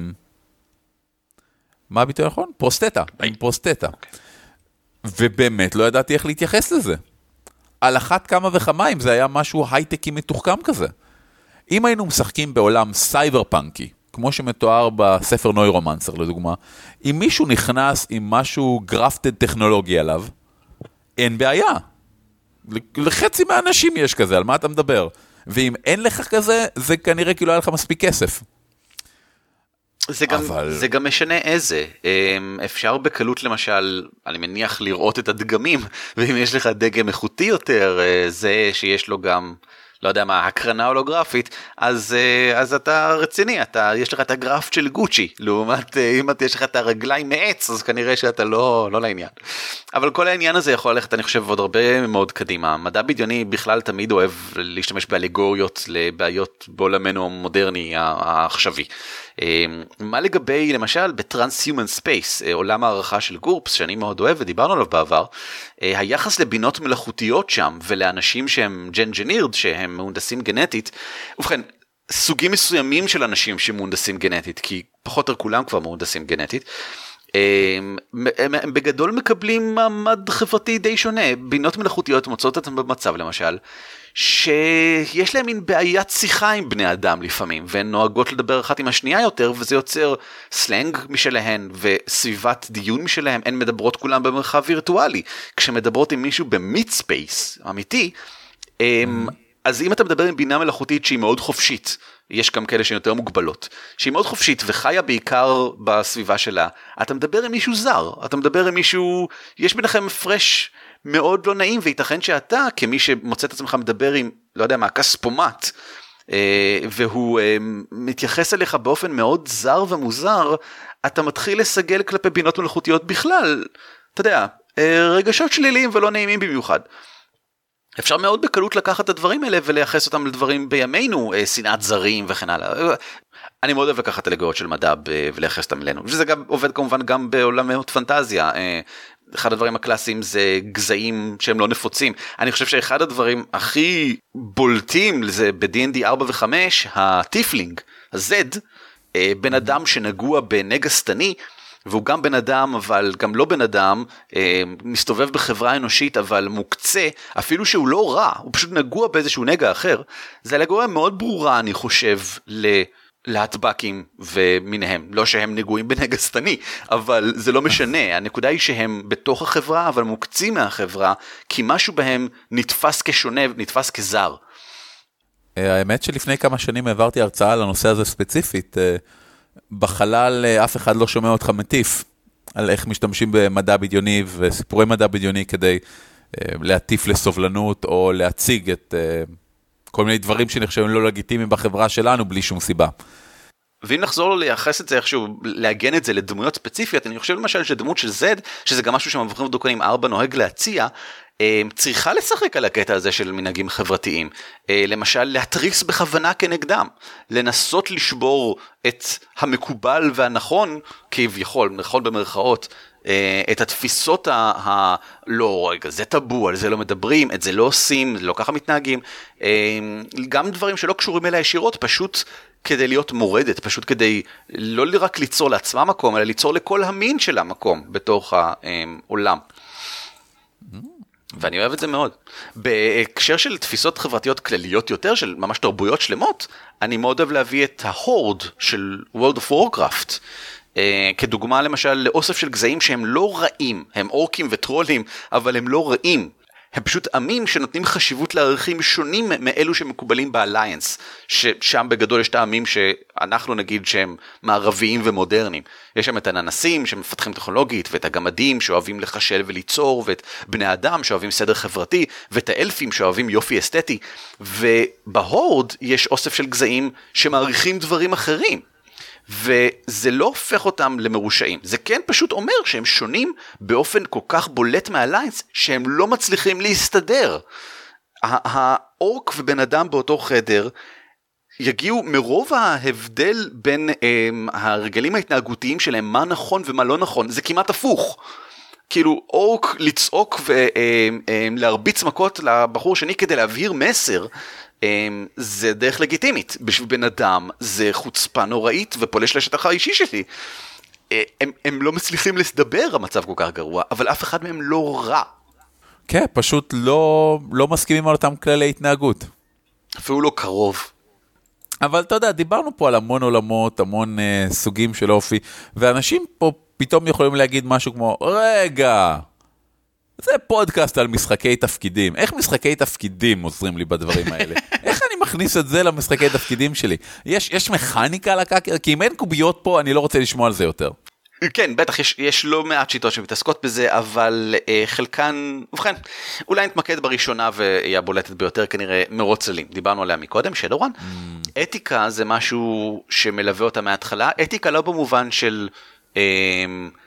מה הביטוי נכון? פרוסטטה, עם פרוסטטה. Okay. ובאמת לא ידעתי איך להתייחס לזה. על אחת כמה וכמה, אם זה היה משהו הייטקי מתוחכם כזה. אם היינו משחקים בעולם סייבר פאנקי, כמו שמתואר בספר נוירומנסר לדוגמה, אם מישהו נכנס עם משהו גרפטד טכנולוגי עליו, אין בעיה. לחצי מהאנשים יש כזה, על מה אתה מדבר? ואם אין לך כזה, זה כנראה כאילו היה לך מספיק כסף. זה גם, אבל... זה גם משנה איזה. אפשר בקלות למשל, אני מניח לראות את הדגמים, ואם יש לך דגם איכותי יותר, זה שיש לו גם, לא יודע מה, הקרנה הולוגרפית, אז, אז אתה רציני, אתה, יש לך את הגרף של גוצ'י, לעומת אם אתה יש לך את הרגליים מעץ, אז כנראה שאתה לא, לא לעניין. אבל כל העניין הזה יכול ללכת, אני חושב, עוד הרבה מאוד קדימה. מדע בדיוני בכלל תמיד אוהב להשתמש באלגוריות לבעיות בעולמנו המודרני העכשווי. מה לגבי, למשל, בטרנס-Human Space, עולם הערכה של גורפס, שאני מאוד אוהב ודיברנו עליו בעבר, היחס לבינות מלאכותיות שם, ולאנשים שהם ג'נג'נירד, שהם מהונדסים גנטית, ובכן, סוגים מסוימים של אנשים שמהונדסים גנטית, כי פחות או כולם כבר מהונדסים גנטית, הם, הם, הם בגדול מקבלים מעמד חברתי די שונה. בינות מלאכותיות מוצאות אותם במצב, למשל, שיש להם מין בעיית שיחה עם בני אדם לפעמים, והן נוהגות לדבר אחת עם השנייה יותר, וזה יוצר סלנג משלהן וסביבת דיון משלהן. הן מדברות כולם במרחב וירטואלי. כשמדברות עם מישהו במיט ספייס אמיתי, הם, אז אם אתה מדבר עם בינה מלאכותית שהיא מאוד חופשית, יש גם כאלה שהן יותר מוגבלות, שהיא מאוד חופשית וחיה בעיקר בסביבה שלה, אתה מדבר עם מישהו זר, אתה מדבר עם מישהו, יש ביניכם הפרש מאוד לא נעים, וייתכן שאתה, כמי שמוצא את עצמך מדבר עם, לא יודע מה, כספומט, והוא מתייחס אליך באופן מאוד זר ומוזר, אתה מתחיל לסגל כלפי בינות מלאכותיות בכלל, אתה יודע, רגשות שליליים ולא נעימים במיוחד. אפשר מאוד בקלות לקחת את הדברים האלה ולייחס אותם לדברים בימינו, שנאת זרים וכן הלאה. אני מאוד אוהב לקחת אלגוריות של מדע ולייחס אותם אלינו, וזה גם עובד כמובן גם בעולמות פנטזיה. אחד הדברים הקלאסיים זה גזעים שהם לא נפוצים. אני חושב שאחד הדברים הכי בולטים לזה ב-די אנד די ארבע וחמש, הטיפלינג, ה-Z, בן אדם שנגוע בנגע שטני, והוא גם בן אדם, אבל גם לא בן אדם, מסתובב בחברה אנושית, אבל מוקצה, אפילו שהוא לא רע, הוא פשוט נגוע באיזשהו נגע אחר. זה אלגוריה מאוד ברורה, אני חושב, להטבקים ומיניהם. לא שהם נגועים בנגע שטני, אבל זה לא משנה. הנקודה היא שהם בתוך החברה, אבל מוקצים מהחברה, כי משהו בהם נתפס כשונה, נתפס כזר. האמת שלפני כמה שנים העברתי הרצאה על הנושא הזה ספציפית, בחלל אף אחד לא שומע אותך מטיף, על איך משתמשים במדע בדיוני וסיפורי מדע בדיוני כדי להטיף לסובלנות או להציג את כל מיני דברים שנחשבים לא לגיטימיים בחברה שלנו בלי שום סיבה. ואם נחזור לייחס את זה איכשהו, להגן את זה לדמויות ספציפיות, אני חושב למשל שדמות של Z, שזה גם משהו שמבקרים ודוקנים ארבע נוהג להציע, צריכה לשחק על הקטע הזה של מנהגים חברתיים. למשל, להתריס בכוונה כנגדם, לנסות לשבור את המקובל והנכון, כביכול, נכון במרכאות, את התפיסות ה... לא, רגע, זה טאבו, על זה לא מדברים, את זה לא עושים, לא ככה מתנהגים. גם דברים שלא קשורים אליה ישירות, פשוט כדי להיות מורדת, פשוט כדי לא רק ליצור לעצמה מקום, אלא ליצור לכל המין של המקום בתוך העולם. ואני אוהב את זה מאוד. בהקשר של תפיסות חברתיות כלליות יותר, של ממש תרבויות שלמות, אני מאוד אוהב להביא את ההורד של World of Warcraft, כדוגמה למשל לאוסף של גזעים שהם לא רעים, הם אורקים וטרולים, אבל הם לא רעים. הם פשוט עמים שנותנים חשיבות לערכים שונים מאלו שמקובלים באליינס, ששם בגדול יש את העמים שאנחנו נגיד שהם מערביים ומודרניים. יש שם את הננסים שמפתחים טכנולוגית, ואת הגמדים שאוהבים לחשל וליצור, ואת בני האדם שאוהבים סדר חברתי, ואת האלפים שאוהבים יופי אסתטי, ובהורד יש אוסף של גזעים שמעריכים דברים אחרים. וזה לא הופך אותם למרושעים, זה כן פשוט אומר שהם שונים באופן כל כך בולט מהליינס, שהם לא מצליחים להסתדר. האורק ובן אדם באותו חדר, יגיעו מרוב ההבדל בין הם, הרגלים ההתנהגותיים שלהם, מה נכון ומה לא נכון, זה כמעט הפוך. כאילו אורק לצעוק ולהרביץ מכות לבחור שני כדי להבהיר מסר, זה דרך לגיטימית. בשביל בן אדם זה חוצפה נוראית ופולש לשטח האישי שלי. הם, הם לא מצליחים להסדבר, המצב כל כך גרוע, אבל אף אחד מהם לא רע. כן, פשוט לא, לא מסכימים על אותם כללי התנהגות. אפילו לא קרוב. אבל אתה יודע, דיברנו פה על המון עולמות, המון uh, סוגים של אופי, ואנשים פה פתאום יכולים להגיד משהו כמו, רגע, זה פודקאסט על משחקי תפקידים. איך משחקי תפקידים עוזרים לי בדברים האלה? איך אני מכניס את זה למשחקי תפקידים שלי? יש, יש מכניקה לקקר? כי אם אין קוביות פה, אני לא רוצה לשמוע על זה יותר. כן, בטח, יש, יש לא מעט שיטות שמתעסקות בזה, אבל אה, חלקן, ובכן, אולי נתמקד בראשונה והיא הבולטת ביותר, כנראה מרוץ צללים. דיברנו עליה מקודם, שדורן. Mm. אתיקה זה משהו שמלווה אותה מההתחלה, אתיקה לא במובן של אה,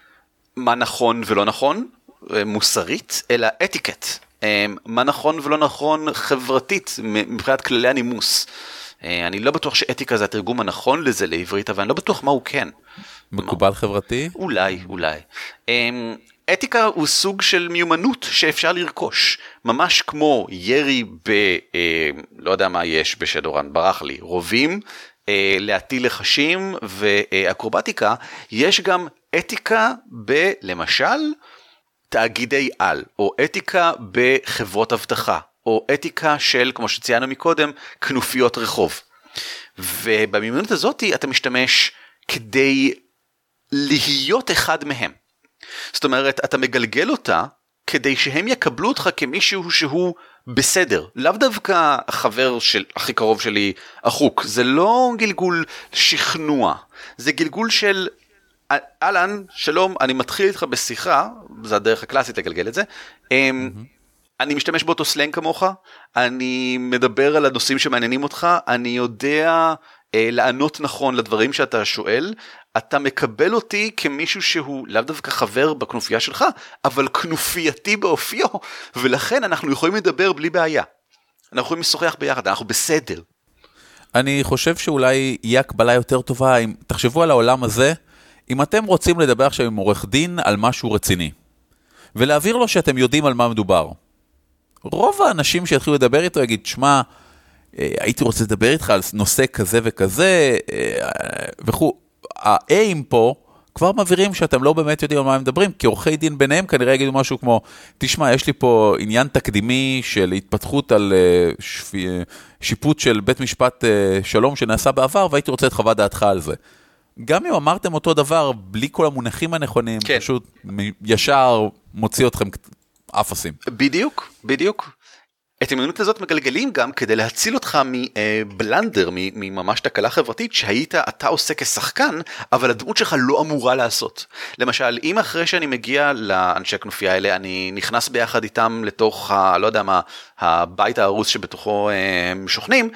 מה נכון ולא נכון, אה, מוסרית, אלא אתיקט. אה, מה נכון ולא נכון חברתית, מבחינת כללי הנימוס. אה, אני לא בטוח שאתיקה זה התרגום הנכון לזה לעברית, אבל אני לא בטוח מה הוא כן. מקובל חברתי? אולי, אולי. אתיקה הוא סוג של מיומנות שאפשר לרכוש, ממש כמו ירי ב... לא יודע מה יש בשדורן, ברח לי, רובים, להטיל לחשים ואקרובטיקה, יש גם אתיקה ב... למשל, תאגידי על, או אתיקה בחברות אבטחה, או אתיקה של, כמו שציינו מקודם, כנופיות רחוב. ובמיומנות הזאת אתה משתמש כדי להיות אחד מהם. זאת אומרת, אתה מגלגל אותה כדי שהם יקבלו אותך כמישהו שהוא בסדר. לאו דווקא החבר של, הכי קרוב שלי, החוק. זה לא גלגול שכנוע. זה גלגול של, אלן, שלום, אני מתחיל איתך בשיחה, זה הדרך הקלאסית לגלגל את זה. Mm-hmm. אני משתמש באותו סלנג כמוך, אני מדבר על הנושאים שמעניינים אותך, אני יודע אה, לענות נכון לדברים שאתה שואל, אתה מקבל אותי כמישהו שהוא לאו דווקא חבר בכנופיה שלך, אבל כנופייתי באופיו, ולכן אנחנו יכולים לדבר בלי בעיה. אנחנו יכולים לשוחח ביחד, אנחנו בסדר. אני חושב שאולי יהיה הקבלה יותר טובה, אם תחשבו על העולם הזה, אם אתם רוצים לדבר עכשיו עם עורך דין על משהו רציני, ולהעביר לו שאתם יודעים על מה מדובר. רוב האנשים שהתחילו לדבר איתו יגיד, שמה, הייתי רוצה לדבר איתך על נושא כזה וכזה, וכו'. האיים פה כבר מבהירים שאתם לא באמת יודעים על מה הם מדברים, כי עורכי דין ביניהם כנראה יגידו משהו כמו, תשמע, יש לי פה עניין תקדימי של התפתחות על שפי, שיפוט של בית משפט שלום שנעשה בעבר, והייתי רוצה את חוות דעתך על זה. גם אם אמרתם אותו דבר, בלי כל המונחים הנכונים, כן. פשוט ישר מוציא אתכם אפסים. בדיוק, בדיוק. את המיומנות הזאת מגלגלים גם כדי להציל אותך מבלנדר, מממש תקלה חברתית שהיית, אתה עושה כשחקן, אבל הדמות שלך לא אמורה לעשות. למשל, אם אחרי שאני מגיע לאנשי הכנופיה האלה, אני נכנס ביחד איתם לתוך, ה, לא יודע מה, הבית ההרוס שבתוכו הם שוכנים,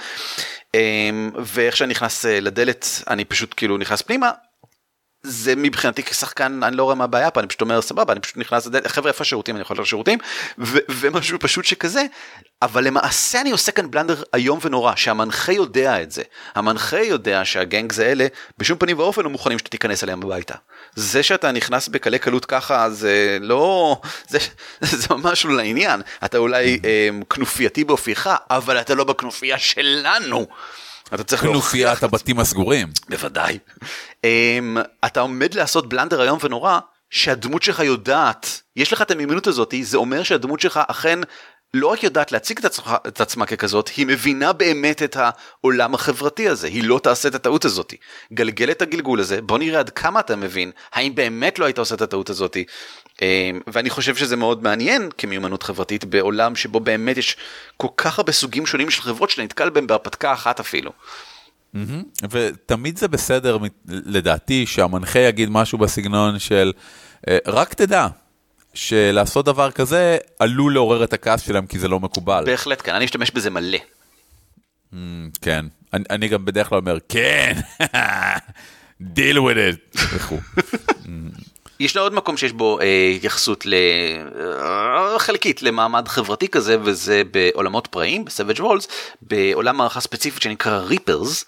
ואיך שאני נכנס לדלת, אני פשוט כאילו נכנס פנימה, זה מבחינתי כשחקן, אני לא רואה מה הבעיה פה, אני פשוט אומר, סבבה, אני פשוט נכנס לדלת, חבר'ה, איפה שירותים, אני יכול לעשות שירותים, ומשהו פשוט שכזה, אבל למעשה אני עושה כאן בלנדר היום ונורא, שהמנחה יודע את זה. המנחה יודע שהגנג זה אלה, בשום פנים ואופן לא מוכנים שאתה תיכנס עליהם הביתה. זה שאתה נכנס בקלי קלות ככה, זה לא, זה, זה ממש לא לעניין. אתה אולי אה, כנופייתי באופייך, אבל אתה לא בכנופיה שלנו. אתה צריך כנופיית הבתים הסגורים. בוודאי. אתה עומד לעשות בלנדר היום ונורא, שהדמות שלך יודעת, יש לך את המיומנות הזאת, זה אומר שהדמות שלך אכן לא רק יודעת להציג את עצמה, את עצמה ככזאת, היא מבינה באמת את העולם החברתי הזה, היא לא תעשה את הטעות הזאת. גלגל את הגלגול הזה, בוא נראה עד כמה אתה מבין, האם באמת לא היית עושה את הטעות הזאת, ואני חושב שזה מאוד מעניין כמיומנות חברתית, בעולם שבו באמת יש כל כך הרבה סוגים שונים של חברות, שנתקל בהם בהרפתקה אחת אפילו. ותמיד זה בסדר, לדעתי, שהמנחה יגיד משהו בסגנון של, רק תדע, שלעשות דבר כזה עלול לעורר את הכעס שלהם כי זה לא מקובל. בהחלט כן, אני אשתמש בזה מלא. כן, אני גם בדרך כלל אומר, כן, deal with it. ישנו עוד מקום שיש בו יחסות חלקית למעמד חברתי כזה, וזה בעולמות פראיים, ב-Savage Worlds, בעולם מערכה ספציפית שנקרא ריפרס,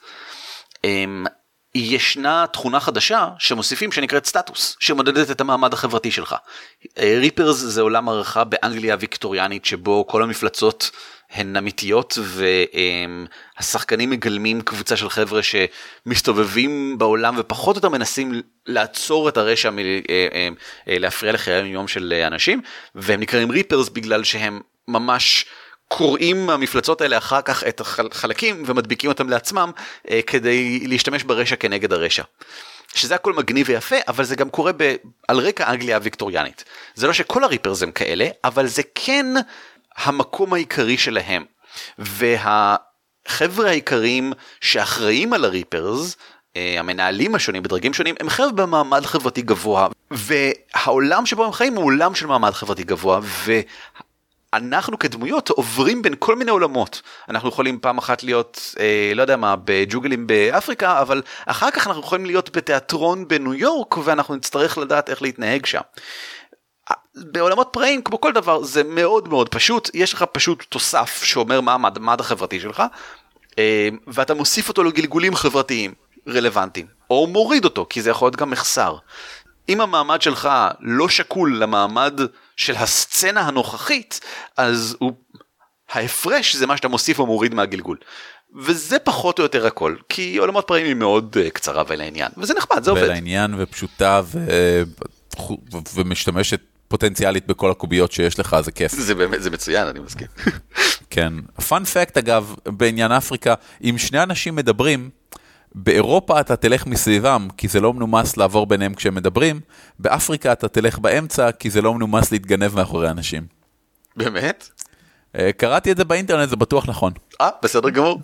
ישנה תכונה חדשה שמוסיפים שנקראת סטטוס, שמודדת את המעמד החברתי שלך. ריפרס זה עולם מערכה באנגליה הוויקטוריאנית, שבו כל המפלצות הן אמיתיות, והשחקנים מגלמים קבוצה של חבר'ה שמסתובבים בעולם, ופחות או יותר מנסים לעצור את הרשע, להפריע לחיי היום של אנשים, והם נקראים ריפרס בגלל שהם ממש קוראים המפלצות האלה אחר כך את החלקים ומדביקים אותם לעצמם כדי להשתמש ברשע כנגד הרשע. שזה הכל מגניב ויפה, אבל זה גם קורה ב... על רקע אנגליה הוויקטוריאנית. זה לא שכל הריפרס הם כאלה, אבל זה כן המקום העיקרי שלהם. והחבר'ה העיקריים שאחראים על הריפרס המנהלים השונים בדרגים שונים הם חבר'ה במעמד חברתי גבוה, והעולם שבו הם חיים הוא עולם של מעמד חברתי גבוה, ואנחנו כדמויות עוברים בין כל מיני עולמות. אנחנו יכולים פעם אחת להיות, אה, לא יודע מה, בג'וגלים באפריקה, אבל אחר כך אנחנו יכולים להיות בתיאטרון בניו יורק, ואנחנו נצטרך לדעת איך להתנהג שם. בעולמות פראיים, כמו כל דבר, זה מאוד מאוד פשוט, יש לך פשוט תוסף שאומר מה המעמד החברתי שלך, ואתה מוסיף אותו לגלגולים חברתיים רלוונטיים, או מוריד אותו, כי זה יכול להיות גם מחסר. אם המעמד שלך לא שקול למעמד של הסצנה הנוכחית, אז הוא, ההפרש זה מה שאתה מוסיף או מוריד מהגלגול. וזה פחות או יותר הכל, כי עולמות פראיים היא מאוד קצרה ולעניין, וזה נחמד, זה עובד. ולעניין ופשוטה ו... ומשתמשת פוטנציאלית בכל הקוביות שיש לך, זה כיף. זה באמת, זה מצוין, אני מסכים. כן. פאנ פקט, אגב, בעניין אפריקה, אם שני אנשים מדברים, באירופה אתה תלך מסביבם, כי זה לא מנומס לעבור ביניהם כשהם מדברים, באפריקה אתה תלך באמצע, כי זה לא מנומס להתגנב מאחורי אנשים. באמת? קראתי את זה באינטרנט, זה בטוח נכון. אה, בסדר גמור.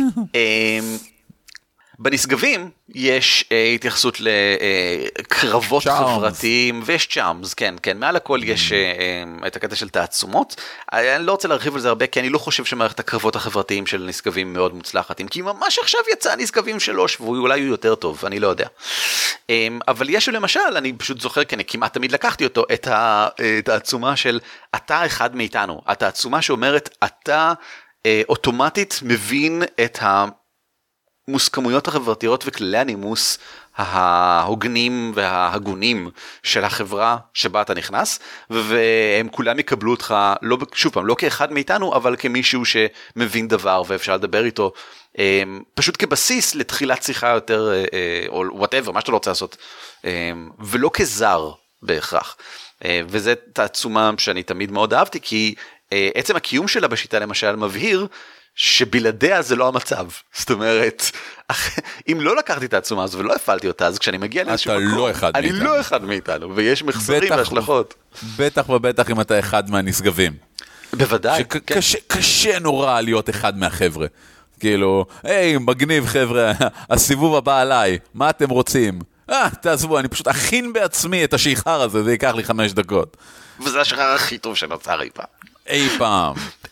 בנשגבים יש אה, התייחסות לקרבות אה, חברתיים, ויש צ'ארמס, כן, כן, מעל הכל יש אה, אה, את הקטע של תעצומות. אני לא רוצה להרחיב על זה הרבה, כי אני לא חושב שמערכת הקרבות החברתיים של נשגבים מאוד מוצלחת, כי ממש עכשיו יצא נשגבים שלוש, ואולי הוא יותר טוב, אני לא יודע. אה, אבל יש למשל, אני פשוט זוכר, כי אני כמעט תמיד לקחתי אותו, את התעצומה של אתה אחד מאיתנו, התעצומה שאומרת, אתה אה, אוטומטית מבין את ה... מוסכמויות החברתיות וכללי הנימוס ההוגנים וההגונים של החברה שבה אתה נכנס, והם כולם יקבלו אותך, לא, שוב פעם, לא כאחד מאיתנו, אבל כמישהו שמבין דבר ואפשר לדבר איתו, פשוט כבסיס לתחילת שיחה יותר, או whatever, מה שאתה לא רוצה לעשות, ולא כזר בהכרח. וזה תעצומה שאני תמיד מאוד אהבתי, כי עצם הקיום שלה בשיטה למשל מבהיר, שבלעדיה זה לא המצב. זאת אומרת, אם לא לקחתי את העצומה הזו ולא הפעלתי אותה, אז כשאני מגיע לאיזשהו מקום, לא אחד אני מאיתנו. לא אחד מאיתנו, ויש מחסרים והשלכות. בטח ובטח אם אתה אחד מהנשגבים. בוודאי. שקשה, קשה נורא להיות אחד מהחבר'ה. כאילו, היי, מגניב חבר'ה, הסיבוב הבא עליי, מה אתם רוצים? אה, תעזבו, אני פשוט אכין בעצמי את השיחר הזה, זה ייקח לי חמש דקות. וזה השיחר הכי טוב שנוצר אי פעם. אי פעם.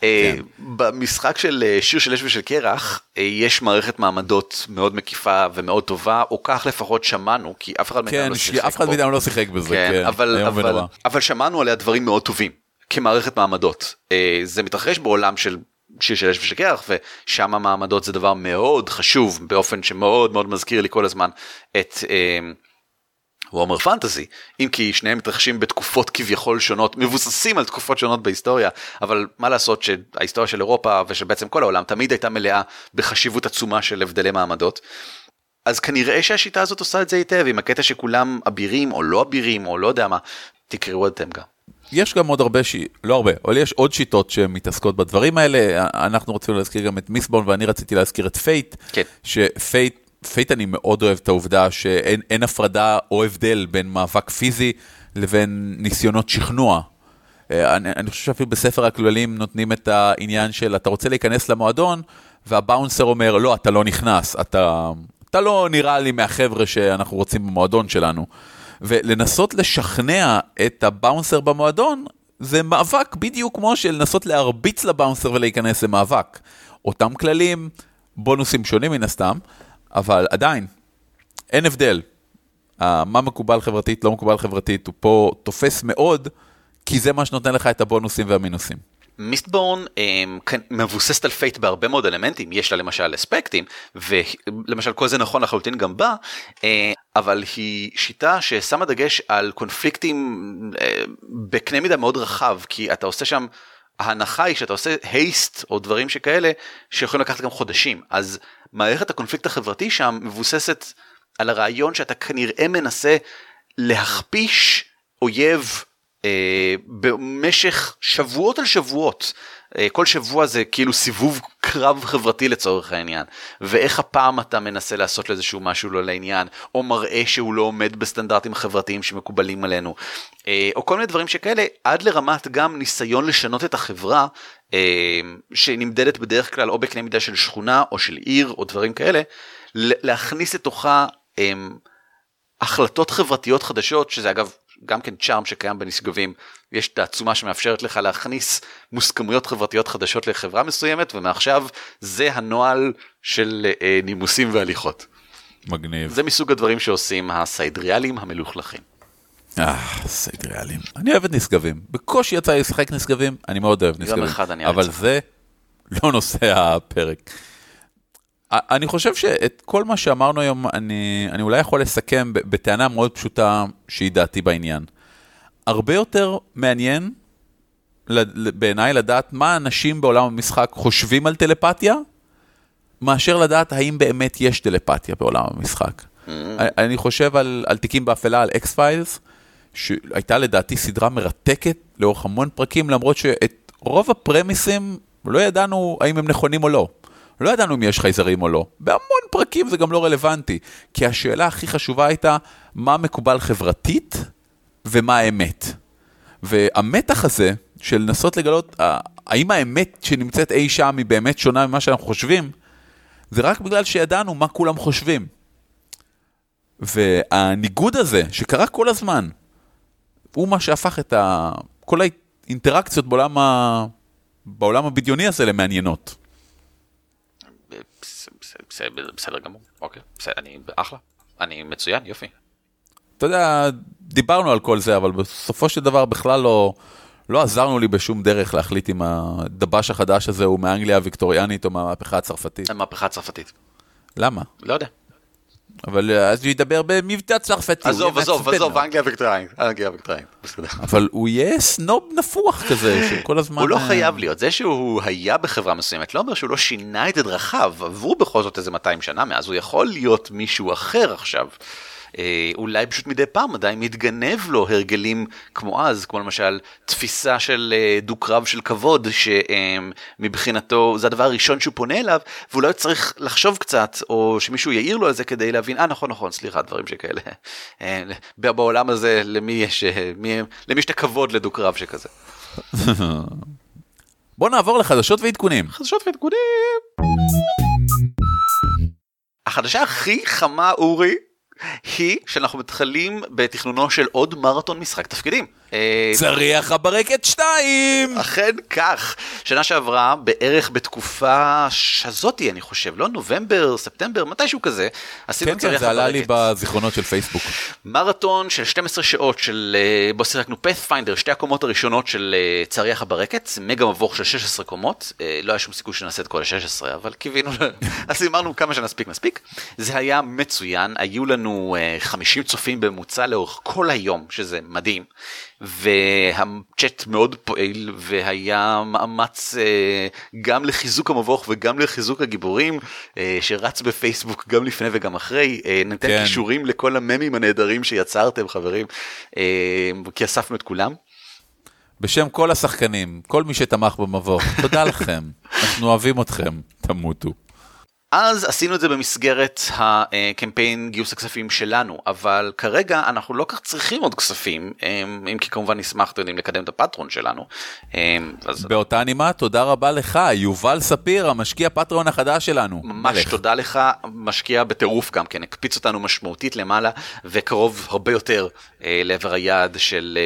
במשחק של שיר של אש ושל קרח, יש מערכת מעמדות מאוד מקיפה ומאוד טובה, או כך לפחות שמענו, כי אף אחד מאיתנו לא שיחק פה. אף אחד מאיתנו לא שיחק בזה. אבל שמענו עליה דברים מאוד טובים, כמערכת מעמדות. זה מתרחש בעולם של שיר של אש ושל קרח, ושם המעמדות זה דבר מאוד חשוב, באופן שמאוד מאוד מזכיר לי כל הזמן את... וומר פנטזי, אם כי שניהם מתרחשים בתקופות כביכול שונות, מבוססים על תקופות שונות בהיסטוריה, אבל מה לעשות שההיסטוריה של אירופה ושבעצם כל העולם תמיד הייתה מלאה בחשיבות עצומה של הבדלי מעמדות, אז כנראה שהשיטה הזאת עושה את זה היטב, עם הקטע שכולם אבירים או לא אבירים או לא יודע מה, תקראו אתם גם. יש גם עוד הרבה, ש... לא הרבה, אבל יש עוד שיטות שמתעסקות בדברים האלה, אנחנו רוצים להזכיר גם את מיסבורן, ואני רציתי להזכיר את פייט, כן. שפייט פייט אני מאוד אוהב את העובדה שאין אין הפרדה או הבדל בין מאבק פיזי לבין ניסיונות שכנוע. אני, אני חושב שאפילו בספר הכללים נותנים את העניין של אתה רוצה להיכנס למועדון, והבאונסר אומר לא, אתה לא נכנס, אתה, אתה לא נראה לי מהחבר'ה שאנחנו רוצים במועדון שלנו. ולנסות לשכנע את הבאונסר במועדון, זה מאבק בדיוק כמו של לנסות להרביץ לבאונסר ולהיכנס למאבק. אותם כללים, בונוסים שונים מן הסתם, אבל עדיין, אין הבדל. מה מקובל חברתית, לא מקובל חברתית, הוא פה תופס מאוד, כי זה מה שנותן לך את הבונוסים והמינוסים. מיסטבורן מבוססת על פייט בהרבה מאוד אלמנטים, יש לה למשל אספקטים, ולמשל כל זה נכון לחלוטין גם בה, אבל היא שיטה ששמה דגש על קונפליקטים בקנה מידה מאוד רחב, כי אתה עושה שם, ההנחה היא שאתה עושה הייסט או דברים שכאלה, שיכולים לקחת גם חודשים, אז מערכת הקונפליקט החברתי שם מבוססת על הרעיון שאתה כנראה מנסה להכפיש אויב אה, במשך שבועות על שבועות. אה, כל שבוע זה כאילו סיבוב קרב חברתי לצורך העניין. ואיך הפעם אתה מנסה לעשות לאיזשהו משהו לא לעניין, או מראה שהוא לא עומד בסטנדרטים חברתיים שמקובלים עלינו, אה, או כל מיני דברים שכאלה, עד לרמת גם ניסיון לשנות את החברה, שנמדדת בדרך כלל או בקנה מידה של שכונה או של עיר או דברים כאלה, להכניס לתוכה החלטות חברתיות חדשות, שזה אגב גם כן צ'ארם שקיים בנשגבים, יש את העצומה שמאפשרת לך להכניס מוסכמויות חברתיות חדשות לחברה מסוימת, ומעכשיו זה הנוהל של נימוסים והליכות. מגניב. זה מסוג הדברים שעושים הסיידריאלים המלוכלכים. אה, סיידריאלים. אני אוהב את נשגבים. בקושי יצא לשחק נשגבים, אני מאוד אוהב נשגבים. אבל זה לא נושא הפרק. אני חושב שאת כל מה שאמרנו היום, אני, אני אולי יכול לסכם בטענה מאוד פשוטה שהיא דעתי בעניין. הרבה יותר מעניין בעיניי לדעת מה אנשים בעולם המשחק חושבים על טלפתיה, מאשר לדעת האם באמת יש טלפתיה בעולם המשחק. Mm-hmm. אני חושב על, על תיקים באפלה, על X-Files, שהייתה לדעתי סדרה מרתקת לאורך המון פרקים, למרות שאת רוב הפרמיסים לא ידענו האם הם נכונים או לא. לא ידענו אם יש חייזרים או לא. בהמון פרקים זה גם לא רלוונטי, כי השאלה הכי חשובה הייתה מה מקובל חברתית ומה האמת. והמתח הזה של לנסות לגלות האם האמת שנמצאת אי שם היא באמת שונה ממה שאנחנו חושבים, זה רק בגלל שידענו מה כולם חושבים. והניגוד הזה שקרה כל הזמן, הוא מה שהפך את ה... כל האינטראקציות בעולם, ה... בעולם הבדיוני הזה למעניינות. בסדר גמור, אוקיי, בסדר, אני אחלה, אני מצוין, יופי. אתה יודע, דיברנו על כל זה, אבל בסופו של דבר בכלל לא, לא עזרנו לי בשום דרך להחליט אם הדבש החדש הזה הוא מאנגליה הוויקטוריאנית או מהמהפכה הצרפתית. המהפכה הצרפתית. למה? לא יודע. אבל אז הוא ידבר במבטא צרפתי. עזוב, עזוב, עזוב, אנגליה הוויקטוריאנית, אנגליה הוויקטוריאנית, בסדר. אבל הוא יהיה סנוב נפוח כזה, שכל הזמן... הוא לא חייב להיות, זה שהוא היה בחברה מסוימת, לא אומר שהוא לא שינה את דרכיו, עברו בכל זאת איזה מאתיים שנה מאז, הוא יכול להיות מישהו אחר עכשיו. אולי פשוט מדי פעם עדיין מתגנב לו הרגלים כמו אז, כמו למשל תפיסה של דו-קרב של כבוד, שמבחינתו זה הדבר הראשון שהוא פונה אליו, ואולי צריך לחשוב קצת, או שמישהו יעיר לו על זה כדי להבין, אה נכון נכון, סליחה, דברים שכאלה. בעולם הזה, למי יש, מי, למי יש את הכבוד לדו-קרב שכזה. בוא נעבור לחדשות ועדכונים. חדשות ועדכונים. החדשה הכי חמה, אורי, היא שאנחנו מתחילים בתכנונו של עוד מרתון משחק תפקידים. צריח הברקת שתיים! אכן כך. שנה שעברה, בערך בתקופה שזאתי, אני חושב, לא נובמבר, ספטמבר, מתישהו כזה, עשינו כן, צריח כן, זה הברקת. עלה לי בזיכרונות של פייסבוק. מרתון של שתים עשרה שעות של, בוא שיחקנו Pathfinder, שתי הקומות הראשונות של צריח הברקת, מגה מבוך של שש עשרה קומות, לא היה שום סיכוי שנעשה את כל ה-שש עשרה, אבל קיווינו, אז אמרנו כמה שנספיק, נספיק. זה היה מצוין, היו לנו חמישים צופים בממוצע לאורך כל היום, שזה מדהים. והצ'אט מאוד פועל, והיה מאמץ גם לחיזוק המבוך וגם לחיזוק הגיבורים, שרץ בפייסבוק גם לפני וגם אחרי. נתן כן. קישורים לכל הממים הנהדרים שיצרתם, חברים, כי אספנו את כולם. בשם כל השחקנים, כל מי שתמך במבוך, תודה לכם, אנחנו אוהבים אתכם, תמותו. אז עשינו את זה במסגרת הקמפיין גיוס הכספים שלנו, אבל כרגע אנחנו לא כך צריכים עוד כספים, אם כי כמובן נשמח יודעים לקדם את הפטרון שלנו. אז... באותה נימה, תודה רבה לך, יובל ספיר, המשקיע פטרון החדש שלנו. ממש מלך. תודה לך, משקיע בטירוף גם כן, הקפיץ אותנו משמעותית למעלה, וקרוב הרבה יותר לעבר היעד של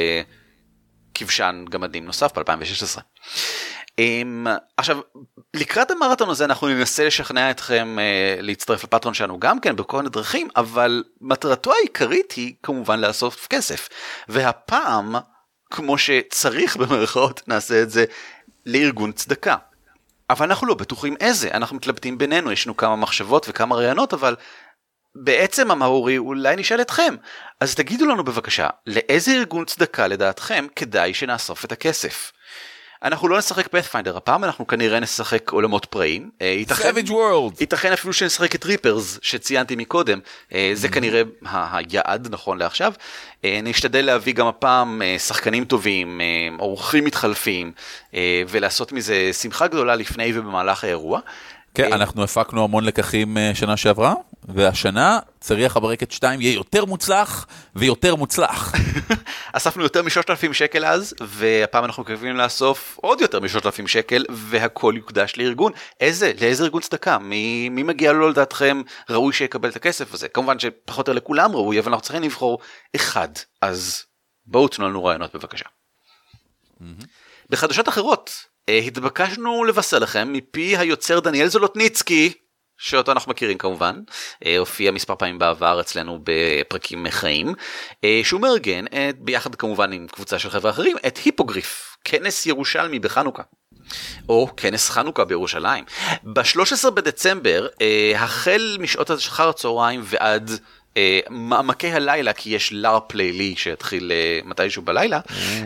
כבשן גמדים נוסף ב-אלפיים ושש עשרה. Um, עכשיו, לקראת המרתון הזה אנחנו ננסה לשכנע אתכם uh, להצטרף לפטרון שלנו גם כן בכל מיני דרכים, אבל מטרתו העיקרית היא כמובן לאסוף כסף. והפעם, כמו שצריך במרכאות, נעשה את זה לארגון צדקה. אבל אנחנו לא בטוחים איזה, אנחנו מתלבטים בינינו, יש לנו כמה מחשבות וכמה רעיונות, אבל בעצם המאורי אולי נשאל אתכם. אז תגידו לנו בבקשה, לאיזה ארגון צדקה לדעתכם כדאי שנאסוף את הכסף? אנחנו לא נשחק Pathfinder, הפעם אנחנו כנראה נשחק עולמות פראיים. Savage World. ייתכן אפילו שנשחק את ריפרס שציינתי מקודם, זה כנראה היעד נכון לעכשיו. נשתדל להביא גם הפעם שחקנים טובים, אורחים מתחלפים, ולעשות מזה שמחה גדולה לפני ובמהלך האירוע. כן, אנחנו הפקנו המון לקחים שנה שעברה, והשנה צריח הברקת שתיים יהיה יותר מוצלח ויותר מוצלח. אספנו יותר משלושת אלפים שקל אז, והפעם אנחנו מקווים לאסוף עוד יותר משלושת אלפים שקל, והכל יוקדש לארגון. איזה? לאיזה ארגון צדקה? מי, מי מגיע לו לדעתכם ראוי שיקבל את הכסף הזה? כמובן שפחות או לכולם ראוי, אבל אנחנו צריכים לבחור אחד. אז בואו תנו לנו רעיונות בבקשה. Mm-hmm. בחדשות אחרות, התבקשנו לבשר לכם מפי היוצר דניאל זולוטניצקי, שאותו אנחנו מכירים כמובן, הופיע מספר פעמים בעבר אצלנו בפרקים חיים, שהוא מארגן, ביחד כמובן עם קבוצה של חבר'ה אחרים, את היפוגריף, כנס ירושלמי בחנוכה, או כנס חנוכה בירושלים. ב-שלושה עשר בדצמבר, החל משעות אחר הצהריים ועד מעמקי הלילה, כי יש לארפ לילי שהתחיל מתישהו בלילה,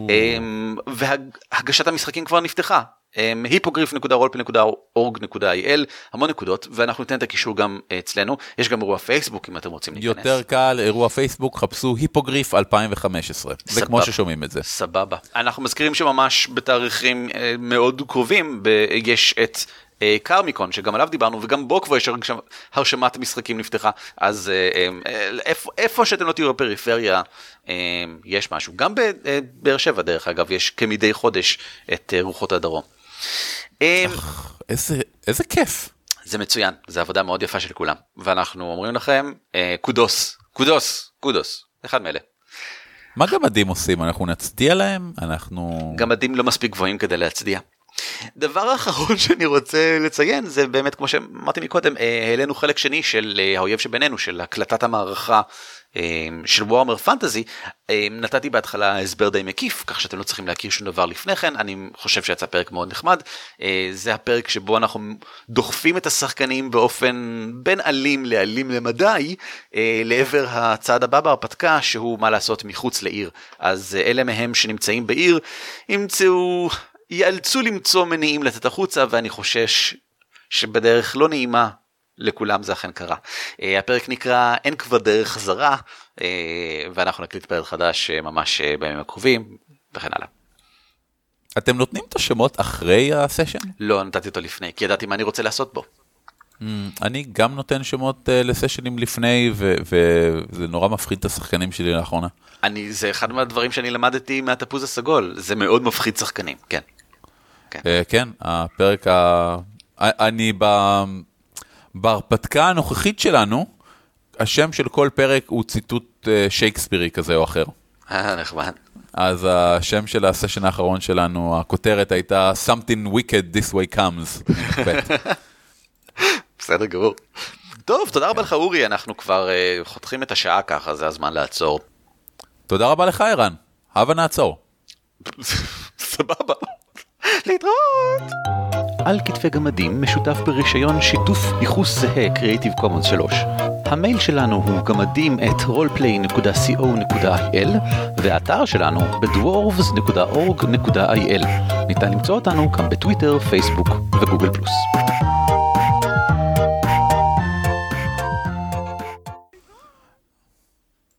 והגשת המשחקים כבר נפתחה. היפוגריף נקודה רולפליי נקודה אורג נקודה איי אל, המון נקודות, ואנחנו ניתן את הקישור גם אצלנו. יש גם אירוע פייסבוק אם אתם רוצים להיכנס. יותר קל, אירוע פייסבוק, חפשו היפוגריף אלפיים וחמש עשרה. זה כמו ששומעים את זה. סבבה. אנחנו מזכירים שממש בתאריכים מאוד קרובים, יש את קרמיקון, שגם עליו דיברנו, וגם בו כבר יש הרשמת משחקים נפתחה, אז איפה, איפה שאתם לא תהיו בפריפריה, יש משהו. גם בבאר שבע, דרך אגב, יש כמדי חודש את רוחות הדרום. איזה, איזה כיף. זה מצוין, זה עבודה מאוד יפה של כולם, ואנחנו אומרים לכם, קודוס, קודוס, קודוס, אחד מאלה. מה גמדים עושים? אנחנו נצדיע להם? אנחנו... גמדים לא מספיק גבוהים כדי להצדיע. דבר האחרון שאני רוצה לציין זה באמת כמו שאמרתי מקודם, העלינו חלק שני של האויב שבינינו, של הקלטת המערכה של וורהמר פנטזי. נתתי בהתחלה הסבר די מקיף, כך שאתם לא צריכים להכיר שום דבר לפני כן. אני חושב שיצא פרק מאוד נחמד. זה הפרק שבו אנחנו דוחפים את השחקנים באופן בין אלים לאלים למדי לעבר הצעד הבא בהרפתקה, שהוא מה לעשות מחוץ לעיר. אז אלה מהם שנמצאים בעיר ימצאו יאלצו למצוא מניעים לצאת החוצה, ואני חושש שבדרך לא נעימה לכולם זה אכן קרה. הפרק נקרא אין כבר דרך חזרה, ואנחנו נקליט פרק חדש ממש בימים הקרובים, וכן הלאה. אתם נותנים את השמות אחרי הסשן? לא, נתתי אותו לפני, כי ידעתי מה אני רוצה לעשות בו. אני גם נותן שמות לסשנים לפני, וזה נורא מפחיד את השחקנים שלי לאחרונה. אני, זה אחד מהדברים שאני למדתי מהתפוז הסגול, זה מאוד מפחיד שחקנים, כן. כן, הפרק, אני בהרפתקה הנוכחית שלנו, השם של כל פרק הוא ציטוט שייקספירי כזה או אחר. אה, נחמד. אז השם של הסשן האחרון שלנו, הכותרת הייתה Something wicked this way comes. בסדר גמור. טוב, תודה רבה לך אורי, אנחנו כבר חותכים את השעה ככה, זה הזמן לעצור. תודה רבה לך ערן, הבה נעצור. סבבה. להתראות. על כתפי גמדים משותף ברישיון שיתוף ייחוס זהה Creative Commons שלוש. המייל שלנו הוא גמדים את רולפליי נקודה קו נקודה איי אל, והאתר שלנו בדוורבס נקודה אורג נקודה איי אל. ניתן למצוא אותנו גם בטוויטר, פייסבוק וגוגל פלוס.